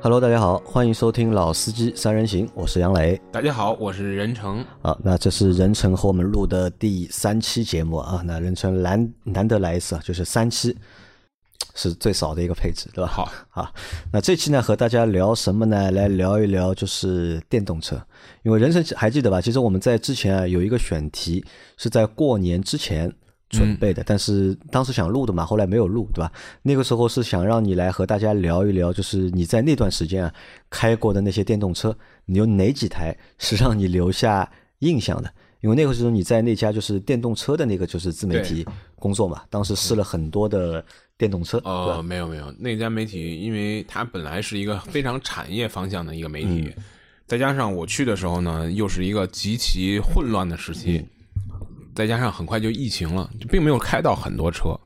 Hello， 大家好，欢迎收听老司机三人行，我是杨磊。 大家好，我是任成。 那这是任成和我们录的第3期节目啊。那任成难得来一次，就是3期是最少的一个配置，对吧？好，那这期呢和大家聊什么呢？来聊一聊就是电动车。因为任成还记得吧？其实我们在之前啊有一个选题是在过年之前准备的，但是当时想录的嘛，后来没有录，对吧？那个时候是想让你来和大家聊一聊，就是你在那段时间啊开过的那些电动车，你有哪几台是让你留下印象的？因为那个时候你在那家就是电动车的那个就是自媒体工作嘛，当时试了很多的电动车。 没有，那家媒体因为它本来是一个非常产业方向的一个媒体，再加上我去的时候呢，又是一个极其混乱的时期。再加上很快就疫情了，就并没有开到很多车，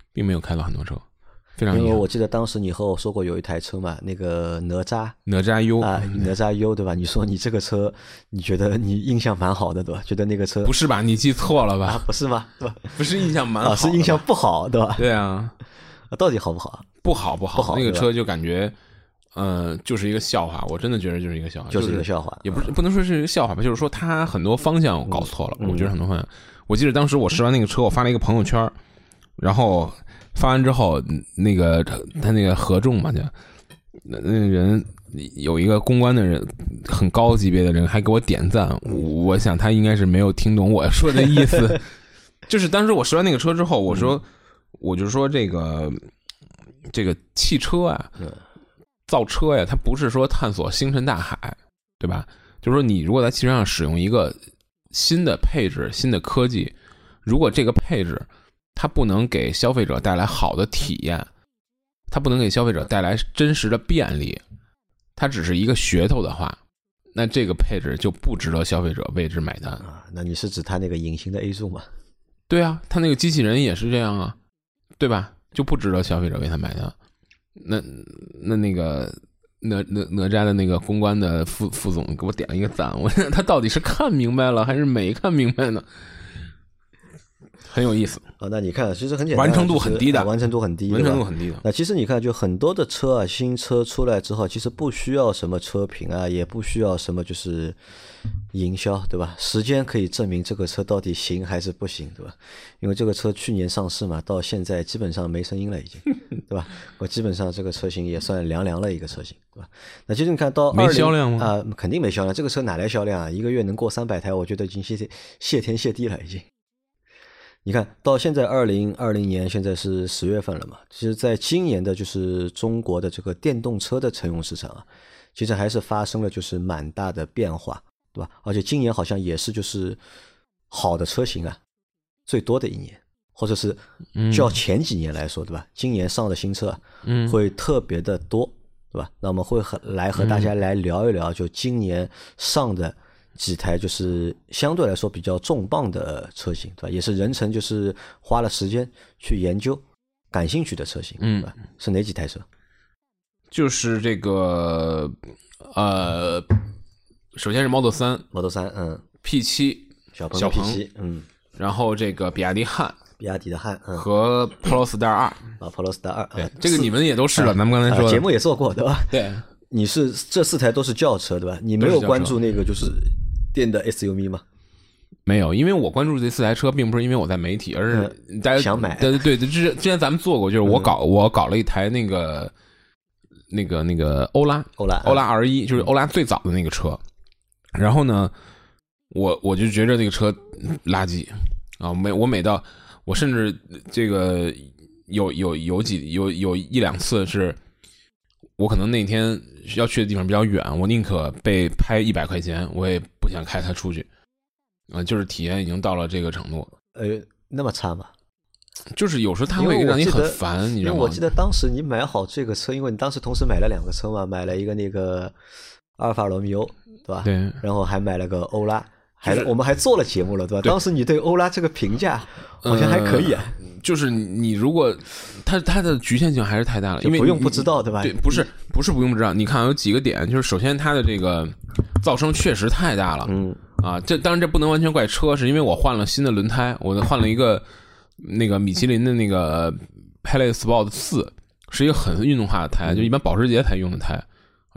非常因为我记得当时你和我说过有一台车嘛，那个哪吒 U 哪吒 U 对吧？你说你这个车，你觉得你印象蛮好的对吧？觉得那个车不是吧？你记错了吧？ 不是吗？对吧？ 不是印象蛮好的， 是印象不好对吧？ 对啊， 到底好不好？ 不好，那个车就感觉。就是一个笑话，我真的觉得就是一个笑话， 就是一个笑话， 也不能说是一个笑话吧，就是说他很多方向我搞错了，我觉得很多方向。我记得当时我试完那个车，我发了一个朋友圈，然后发完之后，那个他那个合众嘛，就那个人有一个公关的人，很高级别的人还给我点赞，我想他应该是没有听懂我说的意思，就是当时我试完那个车之后，我就说这个汽车啊。造车呀，它不是说探索星辰大海，对吧？就是说，你如果在汽车上使用一个新的配置、新的科技，如果这个配置它不能给消费者带来好的体验，它不能给消费者带来真实的便利，它只是一个噱头的话，那这个配置就不值得消费者为之买单啊。那你是指它那个隐形的 A 柱吗？ 对啊，它那个机器人也是这样啊，对吧？就不值得消费者为它买单。那个哪吒的那个公关的副总给我点了一个赞，我他到底是看明白了还是没看明白呢？很有意思那你看，其实很简单， 完成度很低的， 完成度很低的。那其实你看，就很多的车啊，新车出来之后，其实不需要什么车评啊，也不需要什么就是营销，对吧？时间可以证明这个车到底行还是不行，对吧？因为这个车去年上市嘛，到现在基本上没声音了，已经，对吧？我基本上这个车型也算凉了一个车型，对吧？那其实你看到没销量吗？ 肯定没销量，这个车哪来销量啊？一个月能过300台，我觉得已经谢天谢地了，已经。你看到现在2020年，现在是10月份了嘛？其实在今年的就是中国的这个电动车的乘用市场啊，其实还是发生了就是蛮大的变化，对吧？而且今年好像也是就是好的车型啊最多的一年，或者是较前几年来说，对吧？今年上的新车会特别的多，对吧？那我们会来和大家来聊一聊，就今年上的几台就是相对来说比较重磅的车型，对吧？也是任成就是花了时间去研究、感兴趣的车型，对吧？是哪几台车？ 就是这个首先是 Model 3 P7 小鹏 P7 然后这个比亚迪汉的汉和 Polestar 2 Polestar 2 对，这个你们也都试了，咱们刚才说节目也做过，对吧？ 对， 你是这4台都是轿车，对吧？你没有关注那个就是电的 SUV 吗？ 没有，因为我关注这4台车，并不是因为我在媒体，而是大家想买。 对，之前咱们做过，就是我搞了一台那个欧拉 R1，就是欧拉最早的那个车。然后呢，我就觉着那个车垃圾啊，我每到我甚至这个有一两次是。我可能那天要去的地方比较远，我宁可被拍100块钱，我也不想开它出去，就是体验已经到了这个程度。 那么差吗？ 就是有时候它会让你很烦，你知道吗？ 因为我记得当时你买好这个车，因为你当时同时买了2个车嘛，买了一个那个阿尔法罗密欧，对吧？ 对。 然后还买了个欧拉，我们还做了节目了，对吧？当时你对欧拉这个评价好像还可以啊。 就是你如果它的局限性还是太大了，因为不用不知道，对吧？ 对，不是不用不知道。你看有几个点，就是首先它的这个噪声确实太大了，这当然这不能完全怪车，是因为我换了新的轮胎，我换了一个那个米其林的那个 Pilot Sport 4，是一个很运动化的胎，就一般保时捷才用的胎，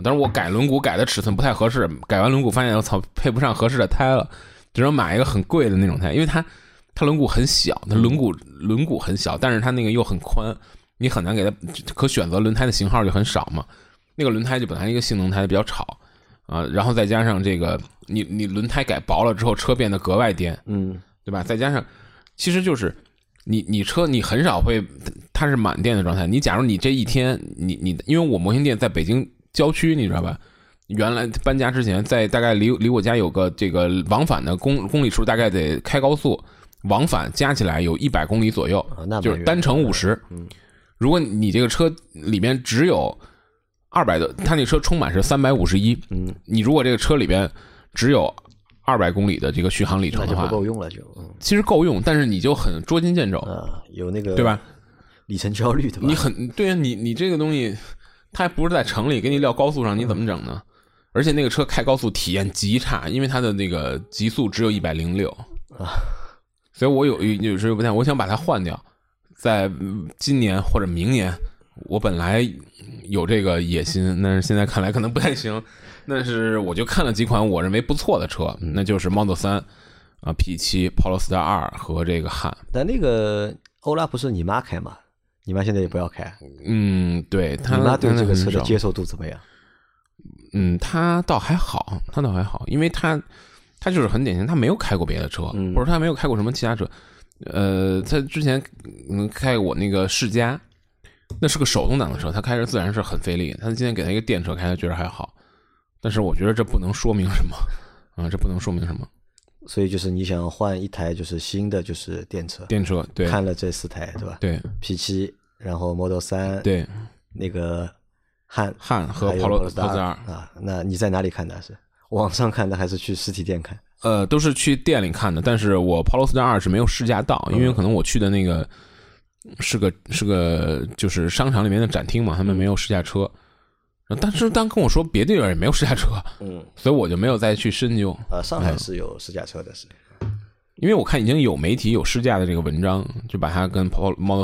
但是我改轮毂改的尺寸不太合适，改完轮毂发现我操配不上合适的胎了，只能买一个很贵的那种胎，因为它轮毂很小，它轮毂很小，但是它那个又很宽，你很难给它可选择轮胎的型号就很少嘛。那个轮胎就本来一个性能胎比较吵啊，然后再加上这个你轮胎改薄了之后，车变得格外颠，对吧？再加上其实就是你车你很少会它是满电的状态。你假如你这一天你因为我模型店在北京郊区，你知道吧？原来搬家之前，在大概离我家有个这个往返的公里数，大概得开高速往返加起来有100公里左右，就是单程50。如果你这个车里面只有200多，他那车充满是351，你如果这个车里边只有200公里的这个续航里程的话， 那就不够用了就。 其实够用，但是你就很捉襟见肘有那个对吧？ 里程焦虑对吧？ 你很对啊，你这个东西，它还不是在城里给你撂高速上，你怎么整呢？而且那个车开高速体验极差，因为它的那个极速只有106所以我有时候不太，我想把它换掉，在今年或者明年。我本来有这个野心，但是现在看来可能不太行。但是我就看了几款我认为不错的车，那就是 Model 3啊、P7、Polestar 2和这个汉。 但那个欧拉不是你妈开吗？你妈现在也不要开。 对， 你妈对这个车的接受度怎么样？ 她倒还好，因为她就是很典型，她没有开过别的车，或者她没有开过什么其他车。她之前开我那个世嘉。那是个手动挡的车，他开着自然是很费力。他今天给他一个电车开，他觉得还好，但是我觉得这不能说明什么啊，这不能说明什么。 所以就是你想换一台就是新的就是电车， 对， 看了这4台对吧？ 对 ，P7，然后 Model 3， 对， 那个汉和 Polestar 啊，那你在哪里看的？是网上看的还是去实体店看？ 都是去店里看的，但是我 Polestar 2是没有试驾到，因为可能我去的那个。是个就是商场里面的展厅嘛，他们没有试驾车，但是当跟我说别地方也没有试驾车，所以我就没有再去深究。 上海是有试驾车的，是， 因为我看已经有媒体有试驾的这个文章，就把它跟 Model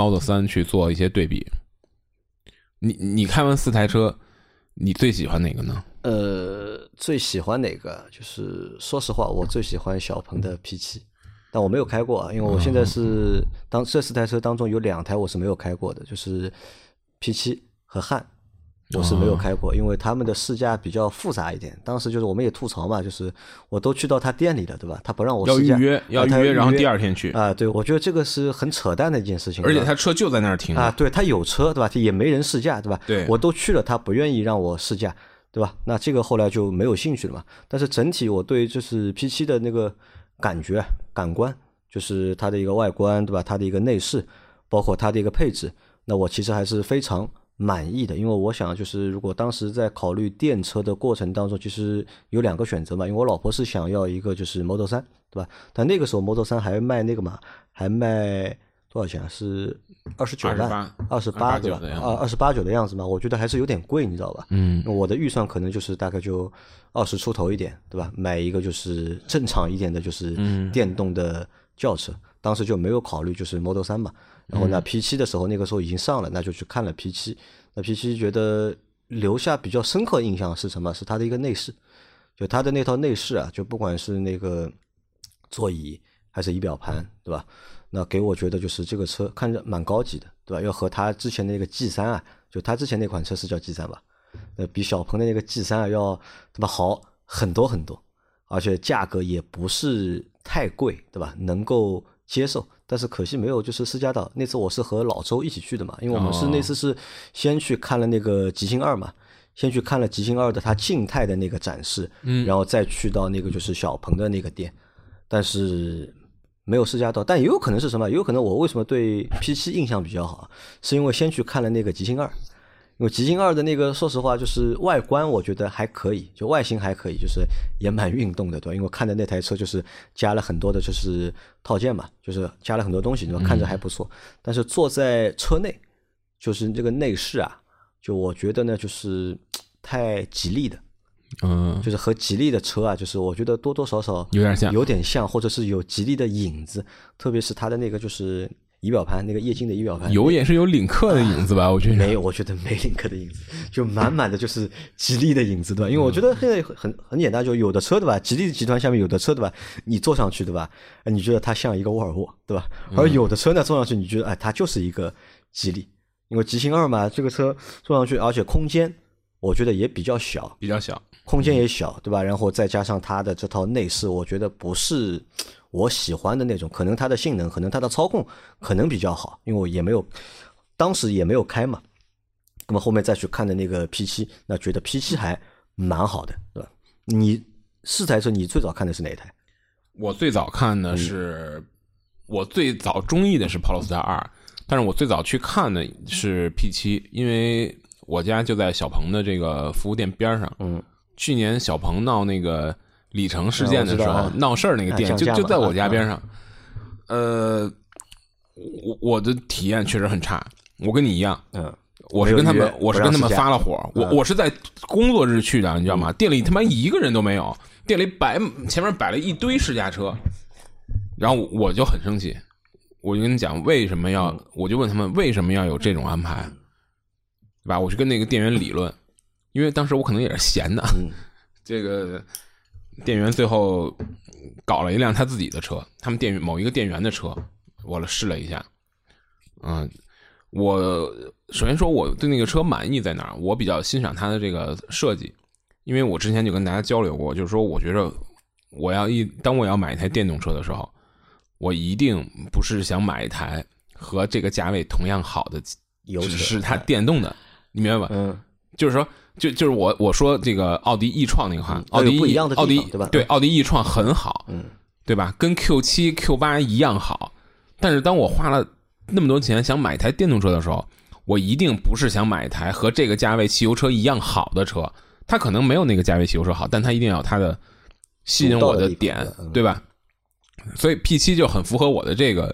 3去做一些对比。你看完4台车，你最喜欢哪个呢？ 最喜欢哪个？就是说实话，我最喜欢小鹏的 P7。但我没有开过啊，因为我现在是这4台车当中有2台我是没有开过的，就是 P7 和汉，我是没有开过，因为他们的试驾比较复杂一点。当时就是我们也吐槽嘛，就是我都去到他店里了，对吧？他不让我试驾， 要预约，然后第2天去啊。对，我觉得这个是很扯淡的一件事情， 而且他车就在那儿停啊。对，他有车，对吧？也没人试驾，对吧？ 对， 我都去了，他不愿意让我试驾，对吧？那这个后来就没有兴趣了嘛。但是整体我对就是 P7 的那个感官。就是它的一个外观，对吧？它的一个内饰，包括它的一个配置，那我其实还是非常满意的。因为我想，就是如果当时在考虑电车的过程当中，其实有2个选择嘛。因为我老婆是想要一个就是 Model 3，对吧？但那个时候 Model 3还卖那个嘛，还卖多少钱啊？是29万，28对吧？28、9的样子嘛。我觉得还是有点贵，你知道吧？我的预算可能就是大概就20出头一点，对吧？买一个就是正常一点的，就是电动的。轿车当时就没有考虑就是 Model 3嘛，然后呢 P7 的时候那个时候已经上了，那就去看了 P7。那 P7 觉得留下比较深刻印象是什么？是它的一个内饰，就它的那套内饰啊，就不管是那个座椅还是仪表盘，对吧？那给我觉得就是这个车看着蛮高级的，对吧？要和它之前的那个 G3啊，就它之前那款车是叫 G3吧，比小鹏的那个 G3啊要对吧好很多很多，而且价格也不是太贵，对吧？能够接受，但是可惜没有就是试驾到。那次我是和老周一起去的嘛，因为我们是那次是先去看了那个极星2嘛，先去看了极星2的它静态的那个展示，然后再去到那个就是小鹏的那个店，但是没有试驾到。但也有可能是什么？也有可能我为什么对 P7 印象比较好，是因为先去看了那个极星2。因为极星2的那个说实话就是外观我觉得还可以，就外形还可以，就是也蛮运动的，对吧？因为我看的那台车就是加了很多的就是套件嘛，就是加了很多东西，对吧？看着还不错。但是坐在车内就是这个内饰啊，就我觉得呢就是太吉利的，就是和吉利的车啊，就是我觉得多多少少有点像，或者是有吉利的影子，特别是它的那个就是仪表盘，那个液晶的仪表盘也是有领克的影子吧？我觉得没有，我觉得没领克的影子，就满满的就是吉利的影子，对吧？因为我觉得现在很简单，就有的车对吧，吉利集团下面有的车对吧，你坐上去对吧，你觉得它像一个沃尔沃对吧？而有的车呢坐上去，你觉得它就是一个吉利，因为极星2嘛，这个车坐上去，而且空间我觉得也比较小，空间也小，对吧？然后再加上它的这套内饰，我觉得不是我喜欢的那种，可能它的性能，可能它的操控可能比较好，因为我也没有，当时也没有开嘛。那么后面再去看的那个 P7，那觉得 P7还蛮好的，对吧？你4台车，你最早看的是哪一台？ 我最早看的是，我最早中意的是 Polestar 2，但是我最早去看的是 P7，因为我家就在小鹏的这个服务店边上。去年小鹏闹那个里程事件的时候，闹事儿那个店就在我家边上。我的体验确实很差，我跟你一样。我是跟他们发了火。我是在工作日去的，你知道吗？店里他妈一个人都没有，店里前面摆了一堆试驾车，然后我就很生气，我就跟你讲为什么要，我就问他们为什么要有这种安排，对吧？我去跟那个店员理论。因为当时我可能也是闲的，这个店员最后搞了一辆他自己的车，他们某一个店员的车，我试了一下。我首先说我对那个车满意在哪儿？我比较欣赏它的这个设计，因为我之前就跟大家交流过，就是说我觉得当我要买一台电动车的时候，我一定不是想买一台和这个价位同样好的，只是它电动的，你明白吧？就是说。就是我说这个奥迪 e 创那个话，奥迪不一样的地方，对吧？ 对，奥迪 e 创很好，对吧？跟 Q7、Q8 一样好。但是当我花了那么多钱想买一台电动车的时候，我一定不是想买一台和这个价位汽油车一样好的车。它可能没有那个价位汽油车好，但它一定要有它的吸引我的点，对吧？所以 P7 就很符合我的这个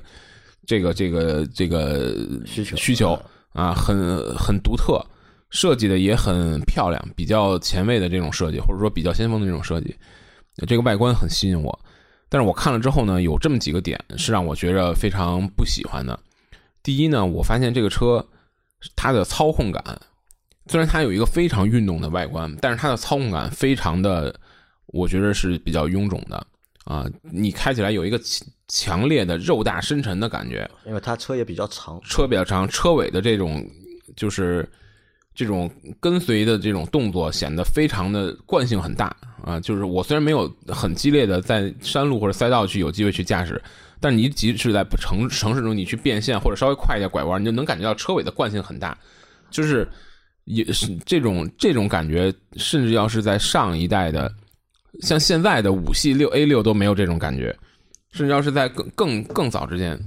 需求啊，很独特。设计的也很漂亮，比较前卫的这种设计，或者说比较先锋的这种设计，这个外观很吸引我。但是我看了之后呢，有这么几个点是让我觉得非常不喜欢的。第一呢，我发现这个车它的操控感，虽然它有一个非常运动的外观，但是它的操控感非常的，我觉得是比较臃肿的啊。你开起来有一个强烈的肉大深沉的感觉， 因为它车也比较长， 车尾的这种就是这种跟随的这种动作显得非常的惯性很大啊！就是我虽然没有很激烈的在山路或者赛道去有机会去驾驶，但是你即使在城市中你去变线或者稍微快一点拐弯，你就能感觉到车尾的惯性很大，就是也是这种感觉，甚至要是在上一代的，像现在的5系A6都没有这种感觉，甚至要是在更早之前。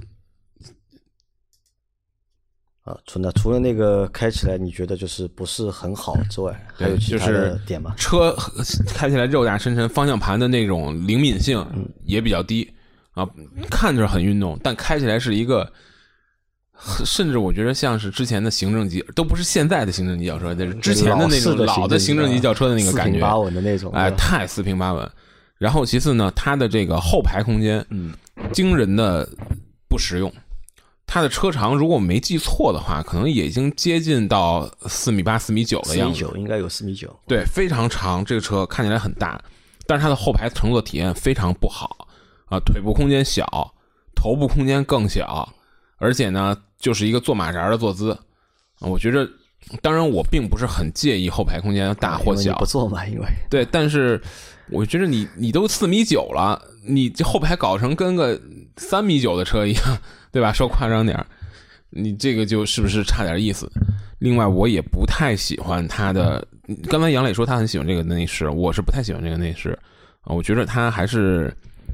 除了那个开起来你觉得就是不是很好之外，还有其他的点吗？ 车开起来肉大深沉，方向盘的那种灵敏性也比较低啊，看着很运动，但开起来是一个，甚至我觉得像是之前的行政级，都不是现在的行政级轿车，就是之前的那种老的行政级轿车的那个感觉， 四平八稳的那种， 哎，太四平八稳。然后其次呢，它的这个后排空间，惊人的不实用。它的车长如果我没记错的话，可能也已经接近到4.8米、4.9米的样子。 4.9米应该有4.9米。 对，非常长，这个车看起来很大，但是它的后排乘坐体验非常不好啊，腿部空间小，头部空间更小，而且呢，就是一个坐马扎的坐姿啊。我觉得，当然我并不是很介意后排空间大或小， 不坐嘛，因为对，但是我觉得你都4.9米了，你这后排搞成跟个3.9米的车一样。对吧？说夸张点，你这个就是不是差点意思？另外，我也不太喜欢它的。刚才杨磊说他很喜欢这个内饰，我是不太喜欢这个内饰啊。我觉得它还是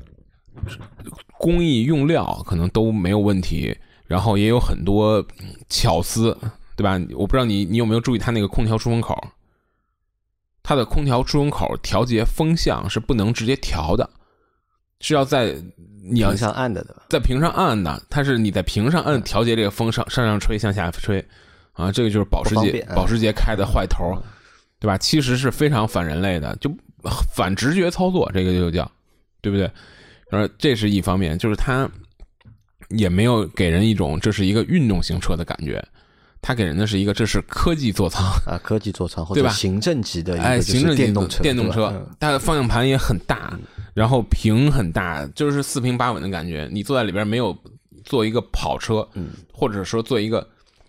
工艺用料可能都没有问题，然后也有很多巧思，对吧？我不知道你有没有注意它那个空调出风口，它的空调出风口调节风向是不能直接调的，是要在你要屏上按的，对吧？ 在屏上按的，它是你在屏上按调节这个风上吹向下吹啊，这个就是保时捷开的坏头，对吧？其实是非常反人类的，就反直觉操作，这个就叫，对不对？这是一方面，就是它也没有给人一种这是一个运动型车的感觉，它给人的是一个这是科技座舱啊，科技座舱或者行政级的一个行政电动车， 电动车，它的方向盘也很大，然后屏很大，就是四平八稳的感觉。你坐在里边没有坐一个跑车，或者说坐一个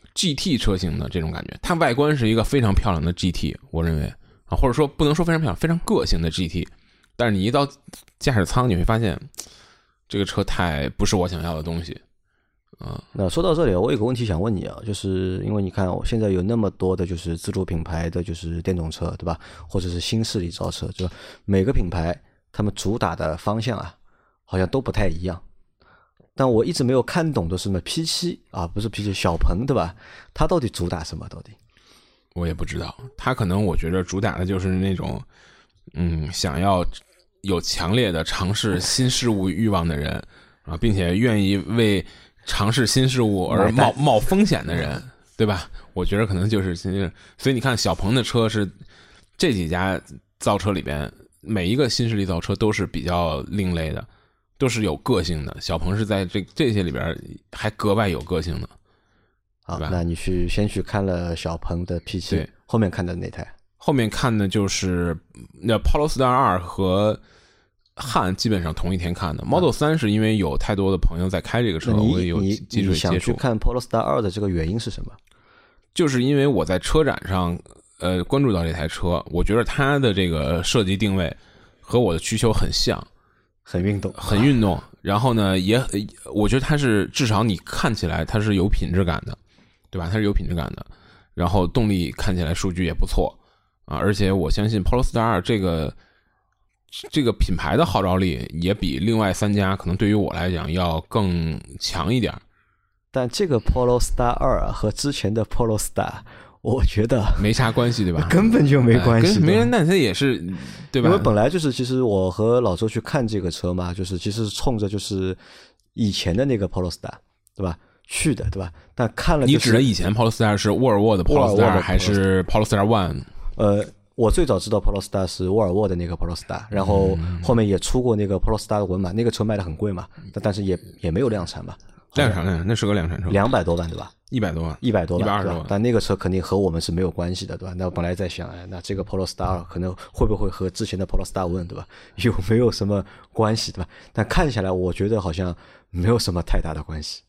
GT 车型的这种感觉。它外观是一个非常漂亮的 GT， 我认为啊，或者说不能说非常漂亮，非常个性的 GT。但是你一到驾驶舱，你会发现这个车太不是我想要的东西。 那说到这里，我有个问题想问你啊，就是因为你看，我现在有那么多的就是自主品牌的就是电动车，对吧？或者是新势力造车，对吧？每个品牌他们主打的方向啊，好像都不太一样。但我一直没有看懂的是什么 P7 啊，不是 P7，小鹏，对吧？它到底主打什么？到底我也不知道，它可能我觉得主打的就是那种，想要有强烈的尝试新事物欲望的人啊，并且愿意为尝试新事物而冒风险的人，对吧？我觉得可能就是，所以你看，小鹏的车是这几家造车里边每一个新势力造车都是比较另类的。都是有个性的，小鹏是在这些里边还格外有个性的。 好，那你先去看了小鹏的 P7， 后面看的哪台？ 后面看的就是那 Polestar 2和汉，基本上同一天看的。Model 3是因为有太多的朋友在开这个车，我也有基础接触。 你想去看 Polestar 2的这个原因是什么？ 就是因为我在车展上关注到这台车，我觉得它的这个设计定位和我的需求很像。 很运动，然后呢，我觉得它是至少你看起来它是有品质感的，对吧？它是有品质感的，然后动力看起来数据也不错啊，而且我相信 Polestar 2这个品牌的号召力也比另外3家可能对于我来讲要更强一点。 但这个 Polestar 2和之前的 Polestar，我觉得没啥关系，对吧？ 根本就没关系， 没人，那它也是，对吧？ 因为本来就是，其实我和老周去看这个车嘛，就是其实是冲着就是以前的那个 Polestar， 对吧？去的，对吧？但看了， 你指的以前 Polestar 是沃尔沃的 Polestar 还是 Polestar One？ 我最早知道 Polestar 是沃尔沃的那个 Polestar， 然后后面也出过那个 Polestar 的文嘛，那个车卖的很贵嘛，但是也没有量产嘛。 量产，那是个量产车 ，200多万对吧 ？100多万 ，100多万， 120多万。 但那个车肯定和我们是没有关系的，对吧？那我本来在想，那这个 Polestar 可能会不会和之前的 Polestar One， 对吧？有没有什么关系，对吧？但看下来，我觉得好像没有什么太大的关系。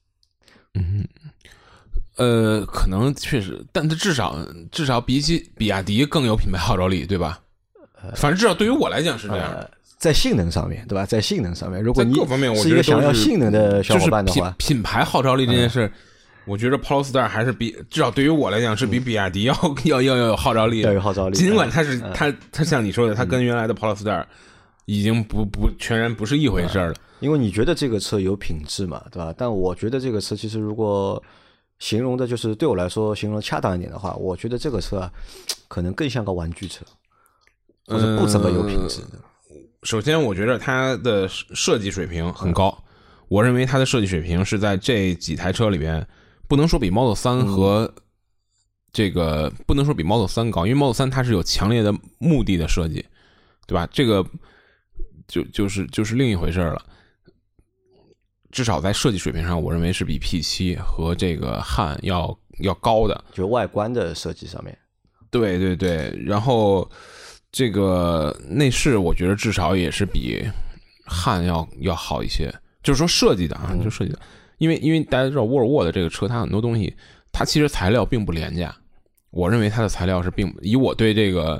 可能确实，但它至少比起比亚迪更有品牌号召力，对吧？反正至少对于我来讲是这样。 在性能上面，对吧？在性能上面，如果你各方面是一个想要性能的小伙伴的话， 品牌号召力这件事，我觉得 Polestar 还是至少对于我来讲是比比亚迪要有号召力， 要有号召力。 尽管它是它像你说的，它跟原来的 Polestar 已经不全然不是一回事了。 因为你觉得这个车有品质嘛，对吧？但我觉得这个车其实如果形容的就是对我来说形容恰当一点的话，我觉得这个车啊，可能更像个玩具车，或者不怎么有品质的。 首先，我觉得它的设计水平很高。我认为它的设计水平是在这几台车里边，不能说比 Model 3和这个不能说比 Model 3高，因为 Model 3它是有强烈的目的的设计，对吧？这个就是另一回事了。至少在设计水平上，我认为是比 P7 和这个汉要高的， 就外观的设计上面。 对对对，然后。这个内饰我觉得至少也是比汉要好一些，就是说设计的啊，就设计的，因为大家知道沃尔沃的这个车，它很多东西它其实材料并不廉价，我认为它的材料是以我对这个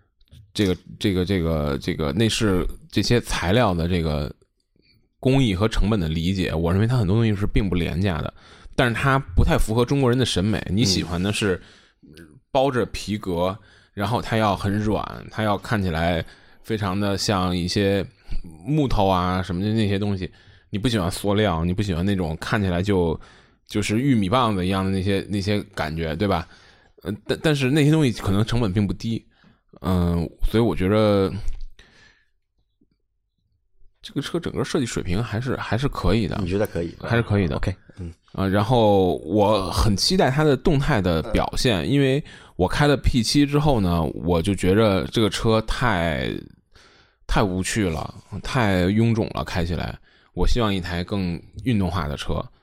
内饰这些材料的这个工艺和成本的理解，我认为它很多东西是并不廉价的，但是它不太符合中国人的审美。你喜欢的是包着皮革。然后它要很软，它要看起来非常的像一些木头啊什么的那些东西。你不喜欢塑料，你不喜欢那种看起来就是玉米棒子一样的那些感觉，对吧？但是那些东西可能成本并不低，所以我觉得这个车整个设计水平还是可以的。 你觉得可以？ 还是可以的。 OK， 然后我很期待它的动态的表现，因为我开了 P7 之后呢，我就觉着这个车太无趣了，太臃肿了，开起来。我希望一台更运动化的车，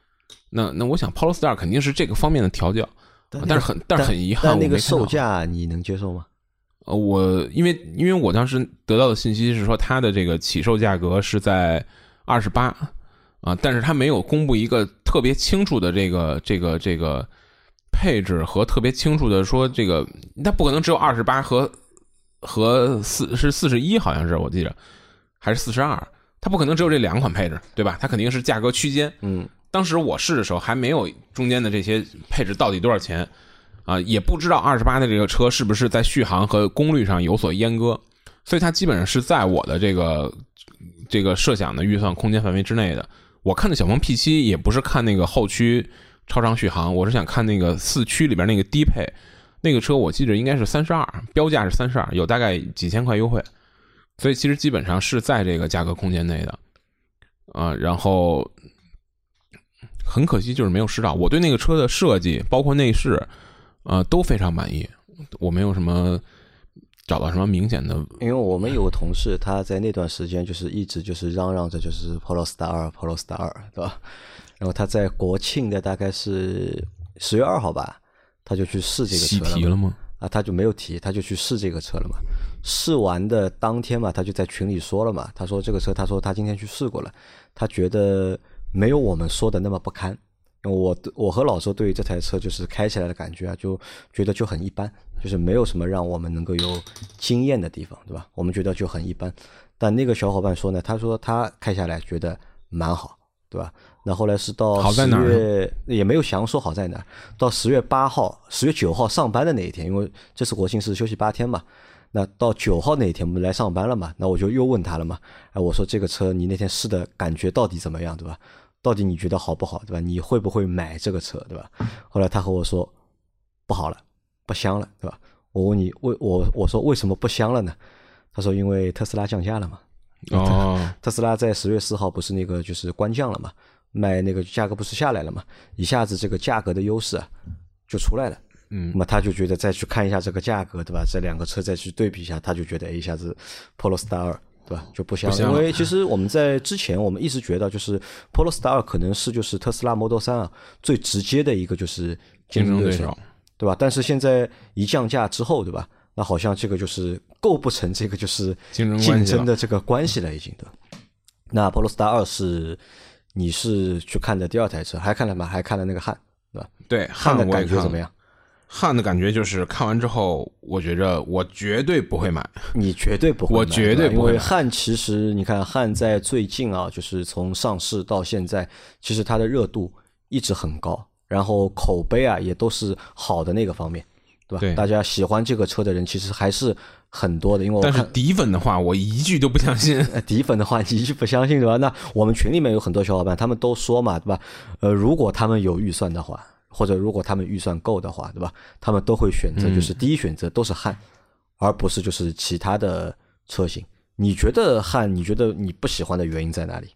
那我想 Polestar 肯定是这个方面的调教，但是很遗憾， 但那个售价你能接受吗？ 因为我当时得到的信息是说，它的这个起售价格是在28啊，但是它没有公布一个特别清楚的这个配置和特别清楚的说这个，它不可能只有28和41，好像是我记得还是42，它不可能只有这2款配置，对吧？它肯定是价格区间。当时我试的时候还没有中间的这些配置到底多少钱啊，也不知道28的这个车是不是在续航和功率上有所阉割，所以它基本上是在我的这个设想的预算空间范围之内的。我看的小鹏 P7 也不是看那个后驱超长续航，我是想看那个4驱里边那个低配那个车，我记得应该是32，标价是32，有大概几千块优惠，所以其实基本上是在这个价格空间内的啊。然后很可惜就是没有试到，我对那个车的设计包括内饰都非常满意，我没有什么找到什么明显的。 因为我们有个同事，他在那段时间就是一直就是嚷嚷着就是 Polestar 2，对吧？然后他在国庆的大概是10月2号吧，他就去试这个车了。 喜提了吗？ 啊，他就没有提，他就去试这个车了嘛。试完的当天嘛，他就在群里说了嘛，他说这个车，他说他今天去试过了，他觉得没有我们说的那么不堪。我和老周对于这台车就是开起来的感觉啊，就觉得就很一般，就是没有什么让我们能够有惊艳的地方，对吧？我们觉得就很一般。但那个小伙伴说呢，他说他开下来觉得蛮好，对吧？那后来是到10月也没有详说好在哪，到10月8号、10月9号上班的那一天，因为这次国庆是休息8天嘛。那到9号那一天我们来上班了嘛，那我就又问他了嘛，我说这个车你那天试的感觉到底怎么样，对吧？到底你觉得好不好，对吧？你会不会买这个车，对吧？后来他和我说不好了，不香了，对吧？我问你我说为什么不香了呢？他说因为特斯拉降价了嘛。特斯拉在10月4号不是那个就是官降了嘛，卖那个价格不是下来了嘛，一下子这个价格的优势啊就出来了。那么他就觉得再去看一下这个价格，对吧？这两个车再去对比一下，他就觉得一下子 Polestar 2，对吧？就不香了。因为其实我们在之前我们一直觉得就是 Polestar 2可能是就是特斯拉 Model 3啊最直接的一个就是竞争对手，对吧？但是现在一降价之后，对吧？那好像这个就是构不成这个就是竞争的这个关系了，已经的。那 Polestar 2是你是去看的第二台车，还看了吗？还看了那个汉，对吧？ 对， 汉的感觉怎么样？ 汉的感觉就是看完之后，我觉着我绝对不会买。 你绝对不会买， 我绝对不会买。 因为汉其实你看汉在最近啊，就是从上市到现在，其实它的热度一直很高，然后口碑啊也都是好的那个方面，对吧？对，大家喜欢这个车的人其实还是很多的。因为但是底粉的话，我一句都不相信。 底粉的话，你一句不相信，对吧？那我们群里面有很多小伙伴，他们都说嘛，对吧？如果他们有预算的话，或者如果他们预算够的话，对吧？他们都会选择就是第一选择都是汉，而不是就是其他的车型。你觉得汉，你觉得你不喜欢的原因在哪里？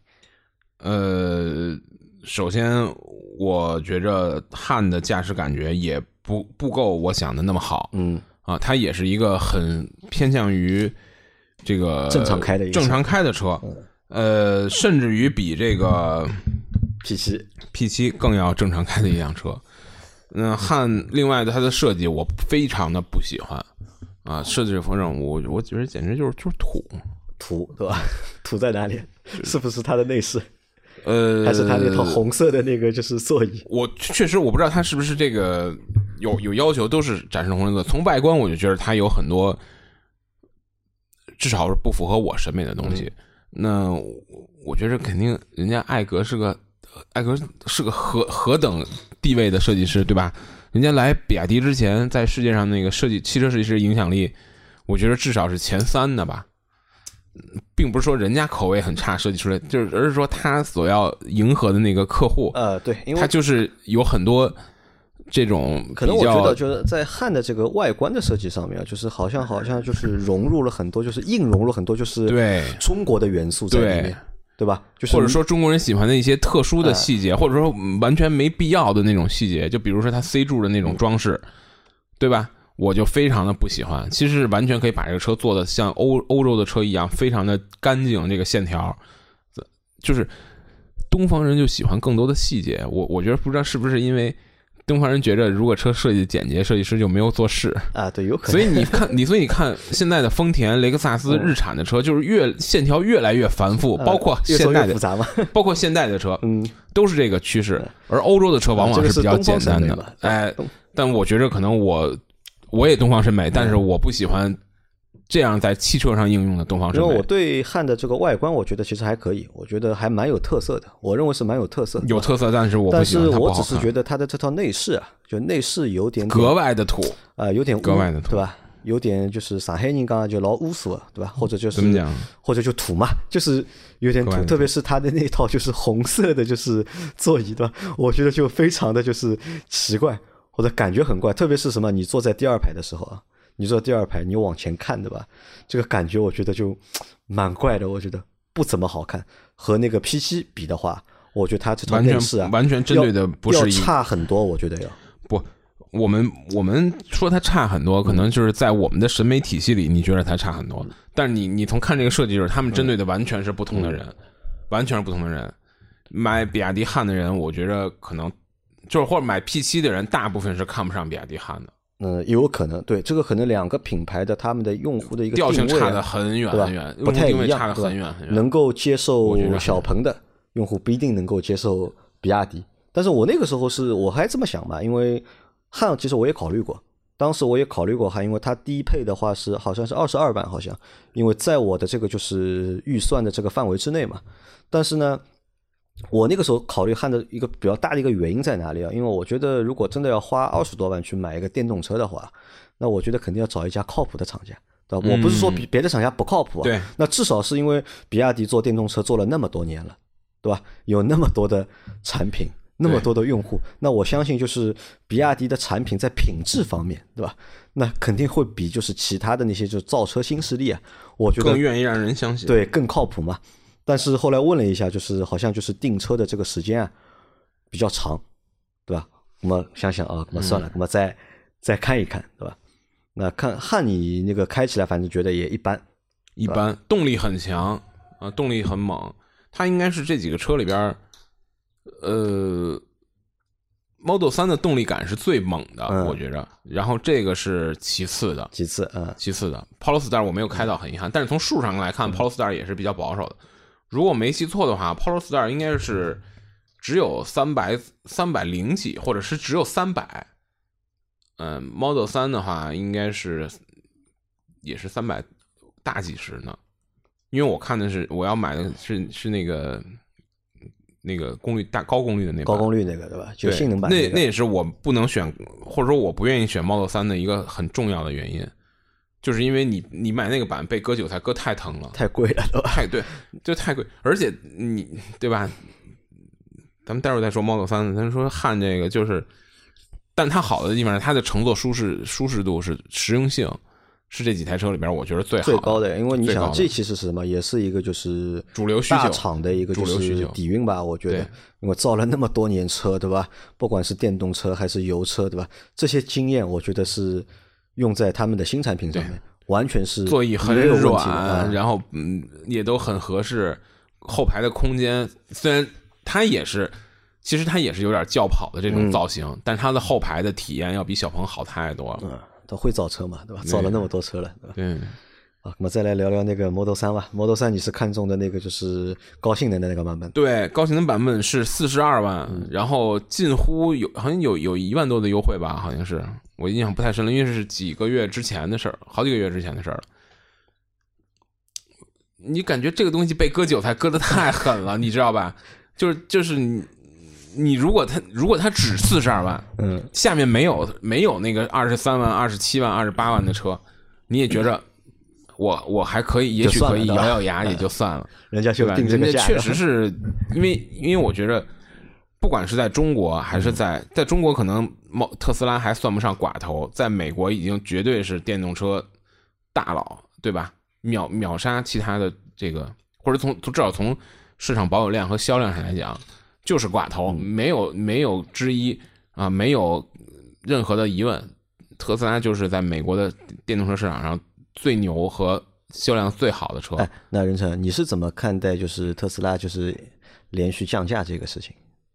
首先我觉着汉的驾驶感觉也不够我想的那么好。它也是一个很偏向于这个正常开的车，甚至于比这个P7 更要正常开的一辆车。汉另外的它的设计我非常的不喜欢啊，设计风筝我觉得简直就是土，对吧？土在哪里？是不是它的内饰？还是它那套红色的那个就是座椅？ 我确实我不知道它是不是这个有要求都是展示红色。从外观我就觉得它有很多至少是不符合我审美的东西。那我觉得肯定人家艾格是个何等地位的设计师，对吧？人家来比亚迪之前在世界上那个汽车设计师影响力我觉得至少是前3的吧，并不是说人家口味很差设计出来，而是说他所要迎合的那个客户对，因为他就是有很多这种可能我觉得就是在汉的这个外观的设计上面，就是好像就是融入了很多，就是硬融入很多就是对中国的元素在里面，对吧？就是或者说中国人喜欢的一些特殊的细节，或者说完全没必要的那种细节，就比如说它 C 柱的那种装饰，对吧？我就非常的不喜欢。其实完全可以把这个车做的像欧洲的车一样，非常的干净，这个线条就是东方人就喜欢更多的细节。我觉得不知道是不是因为东方人觉得如果车设计简洁，设计师就没有做事啊，对，有可能。 所以你看现在的丰田、雷克萨斯日产的车，就是线条越来越繁复，包括现代的越复杂嘛， 包括现代的车，都是这个趋势。而欧洲的车往往是比较简单的，哎，但我觉得可能我也东方审美，但是我不喜欢这样在汽车上应用的东方审美。 因为我对汉的这个外观，我觉得其实还可以，我觉得还蛮有特色的，我认为是蛮有特色， 有特色，但是我不喜欢它不好看。 但是我只是觉得它的这套内饰啊，就内饰有点格外的土有点格外的土， 对吧？有点就是上海人刚刚就老污俗，对吧？或者就是怎么讲？ 或者就土嘛，就是有点土，特别是它的那套就是红色的，就是座椅，对吧？我觉得就非常的就是奇怪，或者感觉很怪，特别是什么，你坐在第二排的时候啊。你坐第二排，你往前看，对吧？这个感觉我觉得就蛮怪的，我觉得不怎么好看。和那个 P7 比的话，我觉得它这套内饰啊， 完全针对的不是要差很多，我觉得要不。我们说它差很多，可能就是在我们的审美体系里，你觉得它差很多。但是你从看这个设计，就是他们针对的完全是不同的人，完全是不同的人。买比亚迪汉的人，我觉得可能就是或者买 P7 的人，大部分是看不上比亚迪汉的。 有可能，对，这个可能两个品牌的他们的用户的一个调性差得很远很远， 不太一样， 差得很远很远。 能够接受小鹏的用户不一定能够接受比亚迪。但是我那个时候我还这么想嘛，因为汉其实我也考虑过，当时我也考虑过汉，因为它低配的话好像是22万，好像，因为在我的这个就是预算的这个范围之内嘛。但是呢，我那个时候考虑汉的一个比较大的一个原因在哪里啊？因为我觉得如果真的要花20多万去买一个电动车的话，那我觉得肯定要找一家靠谱的厂家，对吧？我不是说别的厂家不靠谱啊， 对， 那至少是因为比亚迪做电动车做了那么多年了，对吧？有那么多的产品，那么多的用户，那我相信就是比亚迪的产品在品质方面，对吧？那肯定会比就是其他的那些就是造车新势力啊，我觉得更愿意让人相信， 对，更靠谱嘛。但是后来问了一下，就是好像就是订车的这个时间啊比较长，对吧？那么想想啊，那么算了，那么再看一看，对吧？那看汉你那个开起来，反正觉得也一般， 一般，动力很强啊，动力很猛。它应该是这几个车里边，Model 3的动力感是最猛的，我觉着。然后这个是其次的Polestar 我没有开到，很遗憾。但是从数上来看，Polestar 也是比较保守的。如果没记错的话 ，Polestar 应该是只有300几，或者是只有300。Model 3的话应该也是300大几十呢。因为我看的是我要买的是那个功率高功率的那高功率那个，对吧？就性能版那也是我不能选，或者说我不愿意选 Model 3的一个很重要的原因。就是因为你买那个版被割韭菜割太疼了， 太贵了，对吧？ 对，就太贵，而且你对吧？咱们待会儿再说 Model 3，咱说汉这个就是，但它好的地方，它的乘坐舒适度是实用性，是这几台车里边我觉得最高的。因为你想，这其实是什么？也是一个就是主流需求， 大厂的一个就是底蕴吧，我觉得。因为造了那么多年车，对吧？不管是电动车还是油车，对吧？这些经验，我觉得是。用在他们的新产品上面，完全是座椅很软，然后也都很合适。后排的空间虽然其实它也是有点轿跑的这种造型，但它的后排的体验要比小鹏好太多了。 他会造车嘛，对吧？造了那么多车了，对吧？ 对。 好，那么再来聊聊那个 Model 3吧。Model 3你是看中的那个就是高性能的那个版本？ 对，高性能版本是42万，然后近乎好像有1万多的优惠吧，好像是，我印象不太深了，因为是几个月之前的事儿，好几个月之前的事儿了。你感觉这个东西被割韭菜割得太狠了，你知道吧？就是你如果它只42万，下面没有那个23万、27万、28万的车，你也觉着。我还可以，也许可以咬牙也就算了， 人家就定这个价。 确实是因为我觉得，不管是在中国还是在中国，可能特斯拉还算不上寡头，在美国已经绝对是电动车大佬，对吧？秒杀其他的这个，或者至少从市场保有量和销量上来讲，就是寡头，没有之一啊，没有任何的疑问。特斯拉就是在美国的电动车市场上最牛和销量最好的车。 那任成，你是怎么看待就是特斯拉就是连续降价这个事情？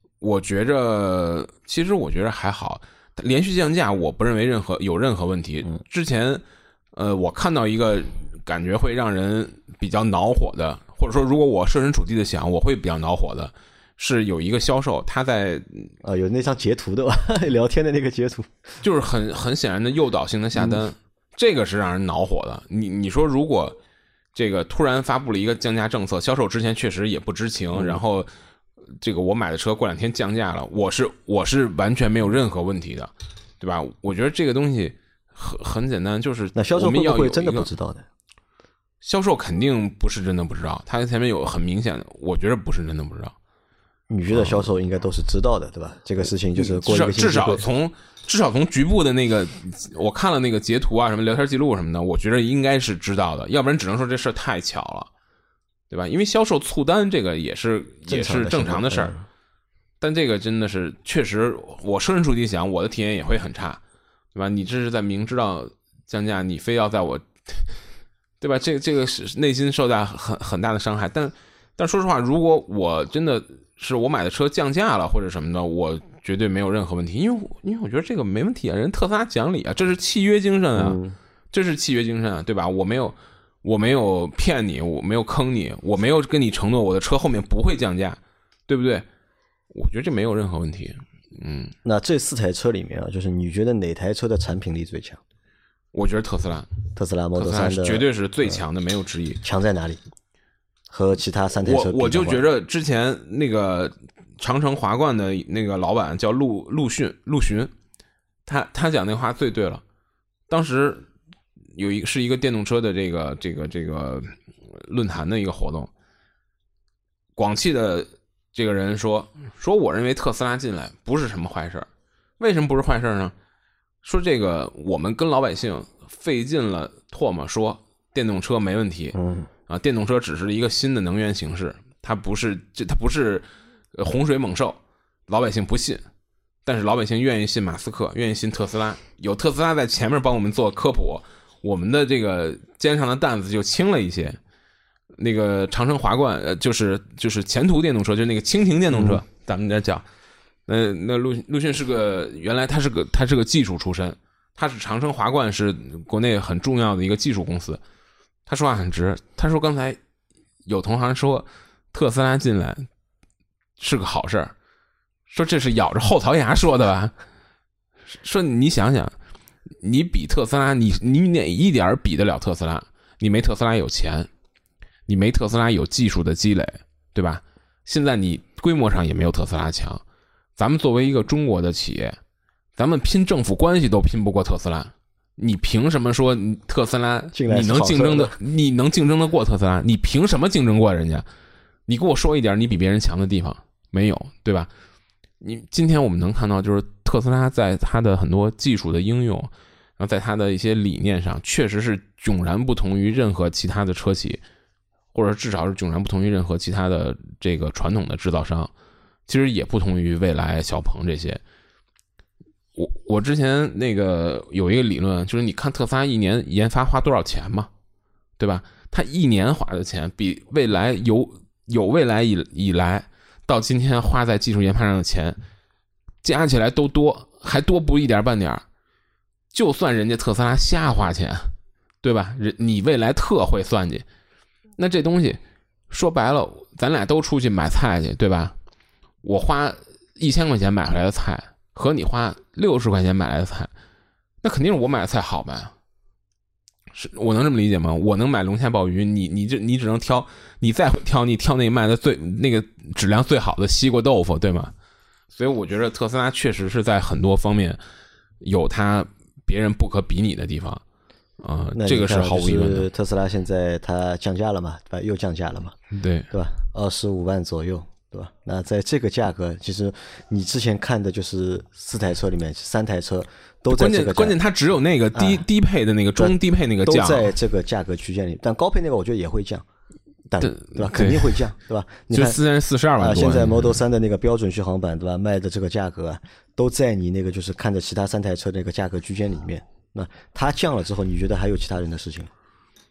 其实我觉着还好，连续降价我不认为有任何问题。之前我看到一个感觉会让人比较恼火的，或者说如果我设身处地的想，我会比较恼火的，是有一个销售他在有那张截图的吧，聊天的那个截图， 就是很显然的诱导性的下单，这个是让人恼火的。你说如果这个突然发布了一个降价政策，销售之前确实也不知情，然后这个我买的车过2天降价了，我是完全没有任何问题的，对吧？我觉得这个东西很简单，就是那销售会不会真的不知道的？ 销售肯定不是真的不知道，他前面有很明显的，我觉得不是真的不知道。 你觉得销售应该都是知道的，对吧？这个事情就是过一个星期至少从局部的那个，我看了那个截图啊，什么聊天记录什么的，我觉得应该是知道的，要不然只能说这事儿太巧了，对吧？因为销售促单这个也是正常的事儿，但这个真的是确实，我设身处地想，我的体验也会很差，对吧？你这是在明知道降价，你非要在我，对吧？这个是内心受到很大的伤害，但说实话，如果我真的是我买的车降价了或者什么的，我绝对没有任何问题，因为我觉得这个没问题啊，人特斯拉讲理啊，这是契约精神啊，这是契约精神啊，对吧？我没有骗你，我没有坑你，我没有跟你承诺我的车后面不会降价，对不对？我觉得这没有任何问题。 那这4台车里面啊，就是你觉得哪台车的产品力最强？ 我觉得特斯拉 Model 3的绝对是最强的，没有之一。 强在哪里？和其他3台车比， 我就觉得之前那个长城华冠的那个老板叫陆巡，他讲那话最对了。当时是一个电动车的这个论坛的一个活动，广汽的这个人说我认为特斯拉进来不是什么坏事。为什么不是坏事呢？说这个我们跟老百姓费尽了唾沫说电动车没问题，电动车只是一个新的能源形式，它不是洪水猛兽，老百姓不信，但是老百姓愿意信马斯克，愿意信特斯拉，有特斯拉在前面帮我们做科普，我们的这个肩上的担子就轻了一些。那个长城华冠就是前途电动车，就是那个蜻蜓电动车，咱们这叫那陆逊原来他是个技术出身，他是长城华冠是国内很重要的一个技术公司。他说话很直，他说刚才有同行说特斯拉进来是个好事儿，说这是咬着后槽牙说的吧？说你想想，你比特斯拉，你哪一点比得了特斯拉？你没特斯拉有钱，你没特斯拉有技术的积累，对吧？现在你规模上也没有特斯拉强。咱们作为一个中国的企业，咱们拼政府关系都拼不过特斯拉。你凭什么说特斯拉你能竞争得过特斯拉？你凭什么竞争过人家？你给我说一点你比别人强的地方没有，对吧？今天我们能看到，就是特斯拉在它的很多技术的应用，然后在它的一些理念上，确实是迥然不同于任何其他的车企，或者至少是迥然不同于任何其他的这个传统的制造商，其实也不同于蔚来、小鹏这些。我之前那个有一个理论，就是你看特斯拉一年研发花多少钱嘛，对吧？他一年花的钱比蔚来有蔚来以来到今天花在技术研发上的钱加起来都多，还多不一点半点。就算人家特斯拉瞎花钱，对吧？你蔚来特会算计，那这东西说白了，咱俩都出去买菜去，对吧？我花1000块钱买回来的菜和你花60块钱买来的菜，那肯定是我买的菜好呗。是我能这么理解吗？我能买龙虾鲍鱼，你只能挑，你再会挑，你挑那卖的那个质量最好的西瓜豆腐，对吗？所以我觉得特斯拉确实是在很多方面有它别人不可比拟的地方，这个是毫无疑问的。 特斯拉现在它降价了嘛，对吧？又降价了嘛， 对吧？25万左右。对吧？那在这个价格，其实你之前看的就是4台车里面3台车都在这个关键它只有那个低配的那个中低配那个降， 都在这个价格区间里，但高配那个我觉得也会降，对吧？肯定会降，对吧？你看 42万多， 现在 Model 3的那个标准续航版，对吧？卖的这个价格都在你那个就是看着其他3台车那个价格区间里面。那它降了之后，你觉得还有其他人的事情？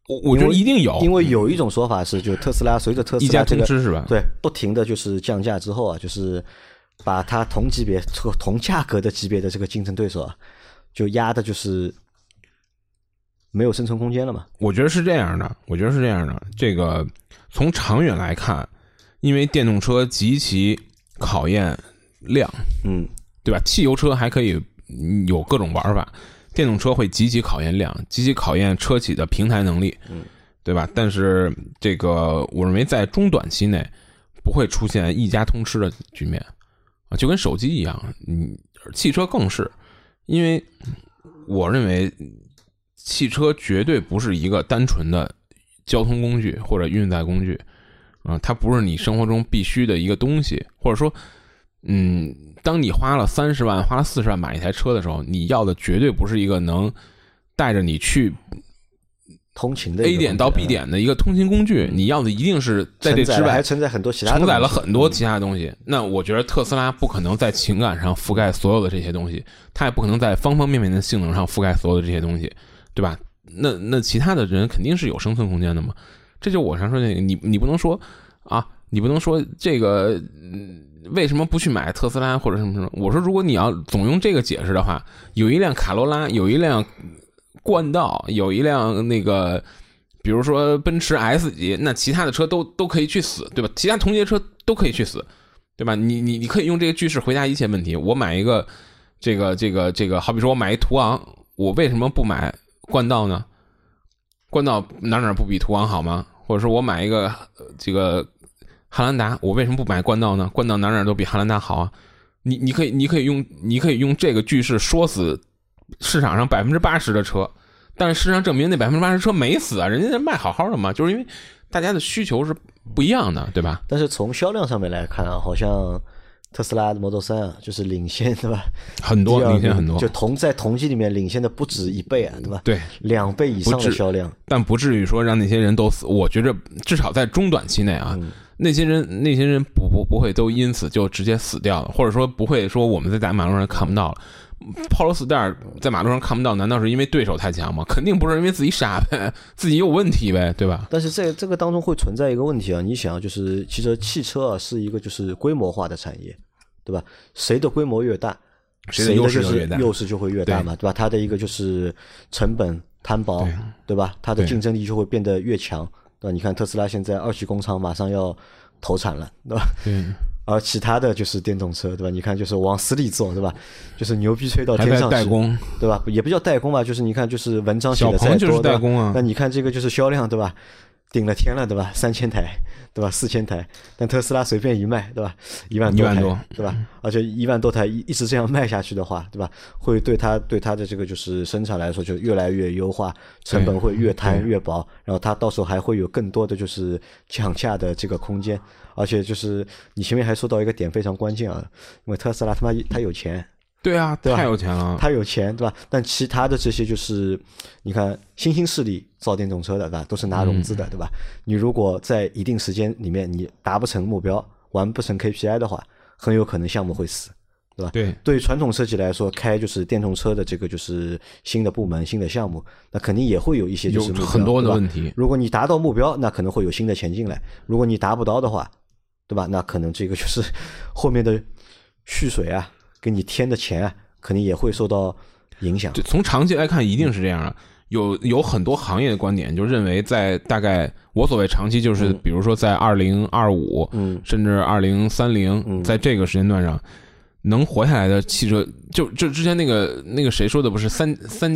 我觉得一定有， 因为有一种说法是，就特斯拉随着特斯拉这个一家通吃是吧？ 对，不停的就是降价之后啊，就是把它同级别、同价格的级别的这个竞争对手啊，就压的就是没有生存空间了嘛。 我觉得是这样的，这个从长远来看，因为电动车极其考验量，对吧？汽油车还可以有各种玩法。电动车会极其考验量，极其考验车企的平台能力，对吧？但是这个我认为在中短期内不会出现一家通吃的局面啊，就跟手机一样，汽车更是，因为我认为汽车绝对不是一个单纯的交通工具或者运载工具啊，它不是你生活中必须的一个东西，或者说当你花了30万、花了40万买一台车的时候，你要的绝对不是一个能带着你去通勤的 A 点到 B 点的一个通勤工具，你要的一定是在这之外还承载很多其他的东西， 承载了很多其他东西。那我觉得特斯拉不可能在情感上覆盖所有的这些东西，它也不可能在方方面面的性能上覆盖所有的这些东西，对吧？那其他的人肯定是有生存空间的嘛。这就我常说那个，你不能说啊，你不能说这个。为什么不去买特斯拉或者什么什么？我说，如果你要总用这个解释的话，有一辆卡罗拉，有一辆冠道，有一辆那个，比如说奔驰 S 级，那其他的车都可以去死，对吧？其他同级车都可以去死，对吧？你可以用这个句式回答一切问题。我买一个这个，好比说我买一途昂，我为什么不买冠道呢？冠道哪不比途昂好吗？或者说我买一个这个。汉兰达，我为什么不买冠道呢？冠道哪都比汉兰达好啊！你可以用这个句式说死市场上80%的车，但是事实上证明那80%车没死啊，人家卖好好的嘛，就是因为大家的需求是不一样的，对吧？ 但是从销量上面来看啊，好像特斯拉的 Model 3啊，就是领先，对吧？ 领先很多， 就在同级里面领先的不止1倍啊，对吧？ 对 ，2倍以上的销量， 但不至于说让那些人都死。我觉着至少在中短期内啊。那些人不会都因此就直接死掉了，或者说不会说我们在马路上看不到了。抛了4袋在马路上看不到，难道是因为对手太强吗？肯定不是，因为自己傻呗，自己有问题呗，对吧？ 但是这个当中会存在一个问题啊，你想就是其实汽车啊是一个就是规模化的产业，对吧？谁的规模越大，谁的就是优势就会越大嘛，对吧？它的一个就是成本摊薄，对吧？它的竞争力就会变得越强。对吧？你看特斯拉现在2期工厂马上要投产了，对吧？而其他的就是电动车，对吧？你看就是往死里做，对吧？就是牛逼吹到天上去， 代工， 对吧？也不叫代工吧，就是你看就是文章写的再多， 就是代工啊。 那你看这个就是销量，对吧？顶了天了，对吧？3000台，对吧？4000台，但特斯拉随便一卖，对吧？1万多台，对吧？而且1万多台一直这样卖下去的话，对吧？会对它的这个就是生产来说就越来越优化，成本会越摊越薄，然后它到时候还会有更多的就是降价的这个空间。而且就是你前面还说到一个点非常关键啊，因为特斯拉他有钱。 对啊， 对吧？ 太有钱了， 他有钱，对吧？但其他的这些就是你看新兴势力造电动车的，对吧？都是拿融资的，对吧？你如果在一定时间里面你达不成目标，完不成 KPI 的话，很有可能项目会死，对吧？对于传统车企来说，开就是电动车的这个就是新的部门、新的项目，那肯定也会有一些就是有很多的问题。 如果你达到目标，那可能会有新的钱进来；如果你达不到的话，对吧？那可能这个就是后面的蓄水啊。给你添的钱啊，肯定也会受到影响。 从长期来看，一定是这样的。有很多行业的观点就认为，在大概我所谓长期，就是比如说在2025，甚至2030，在这个时间段上，能活下来的汽车，就之前那个谁说的不是3+3+1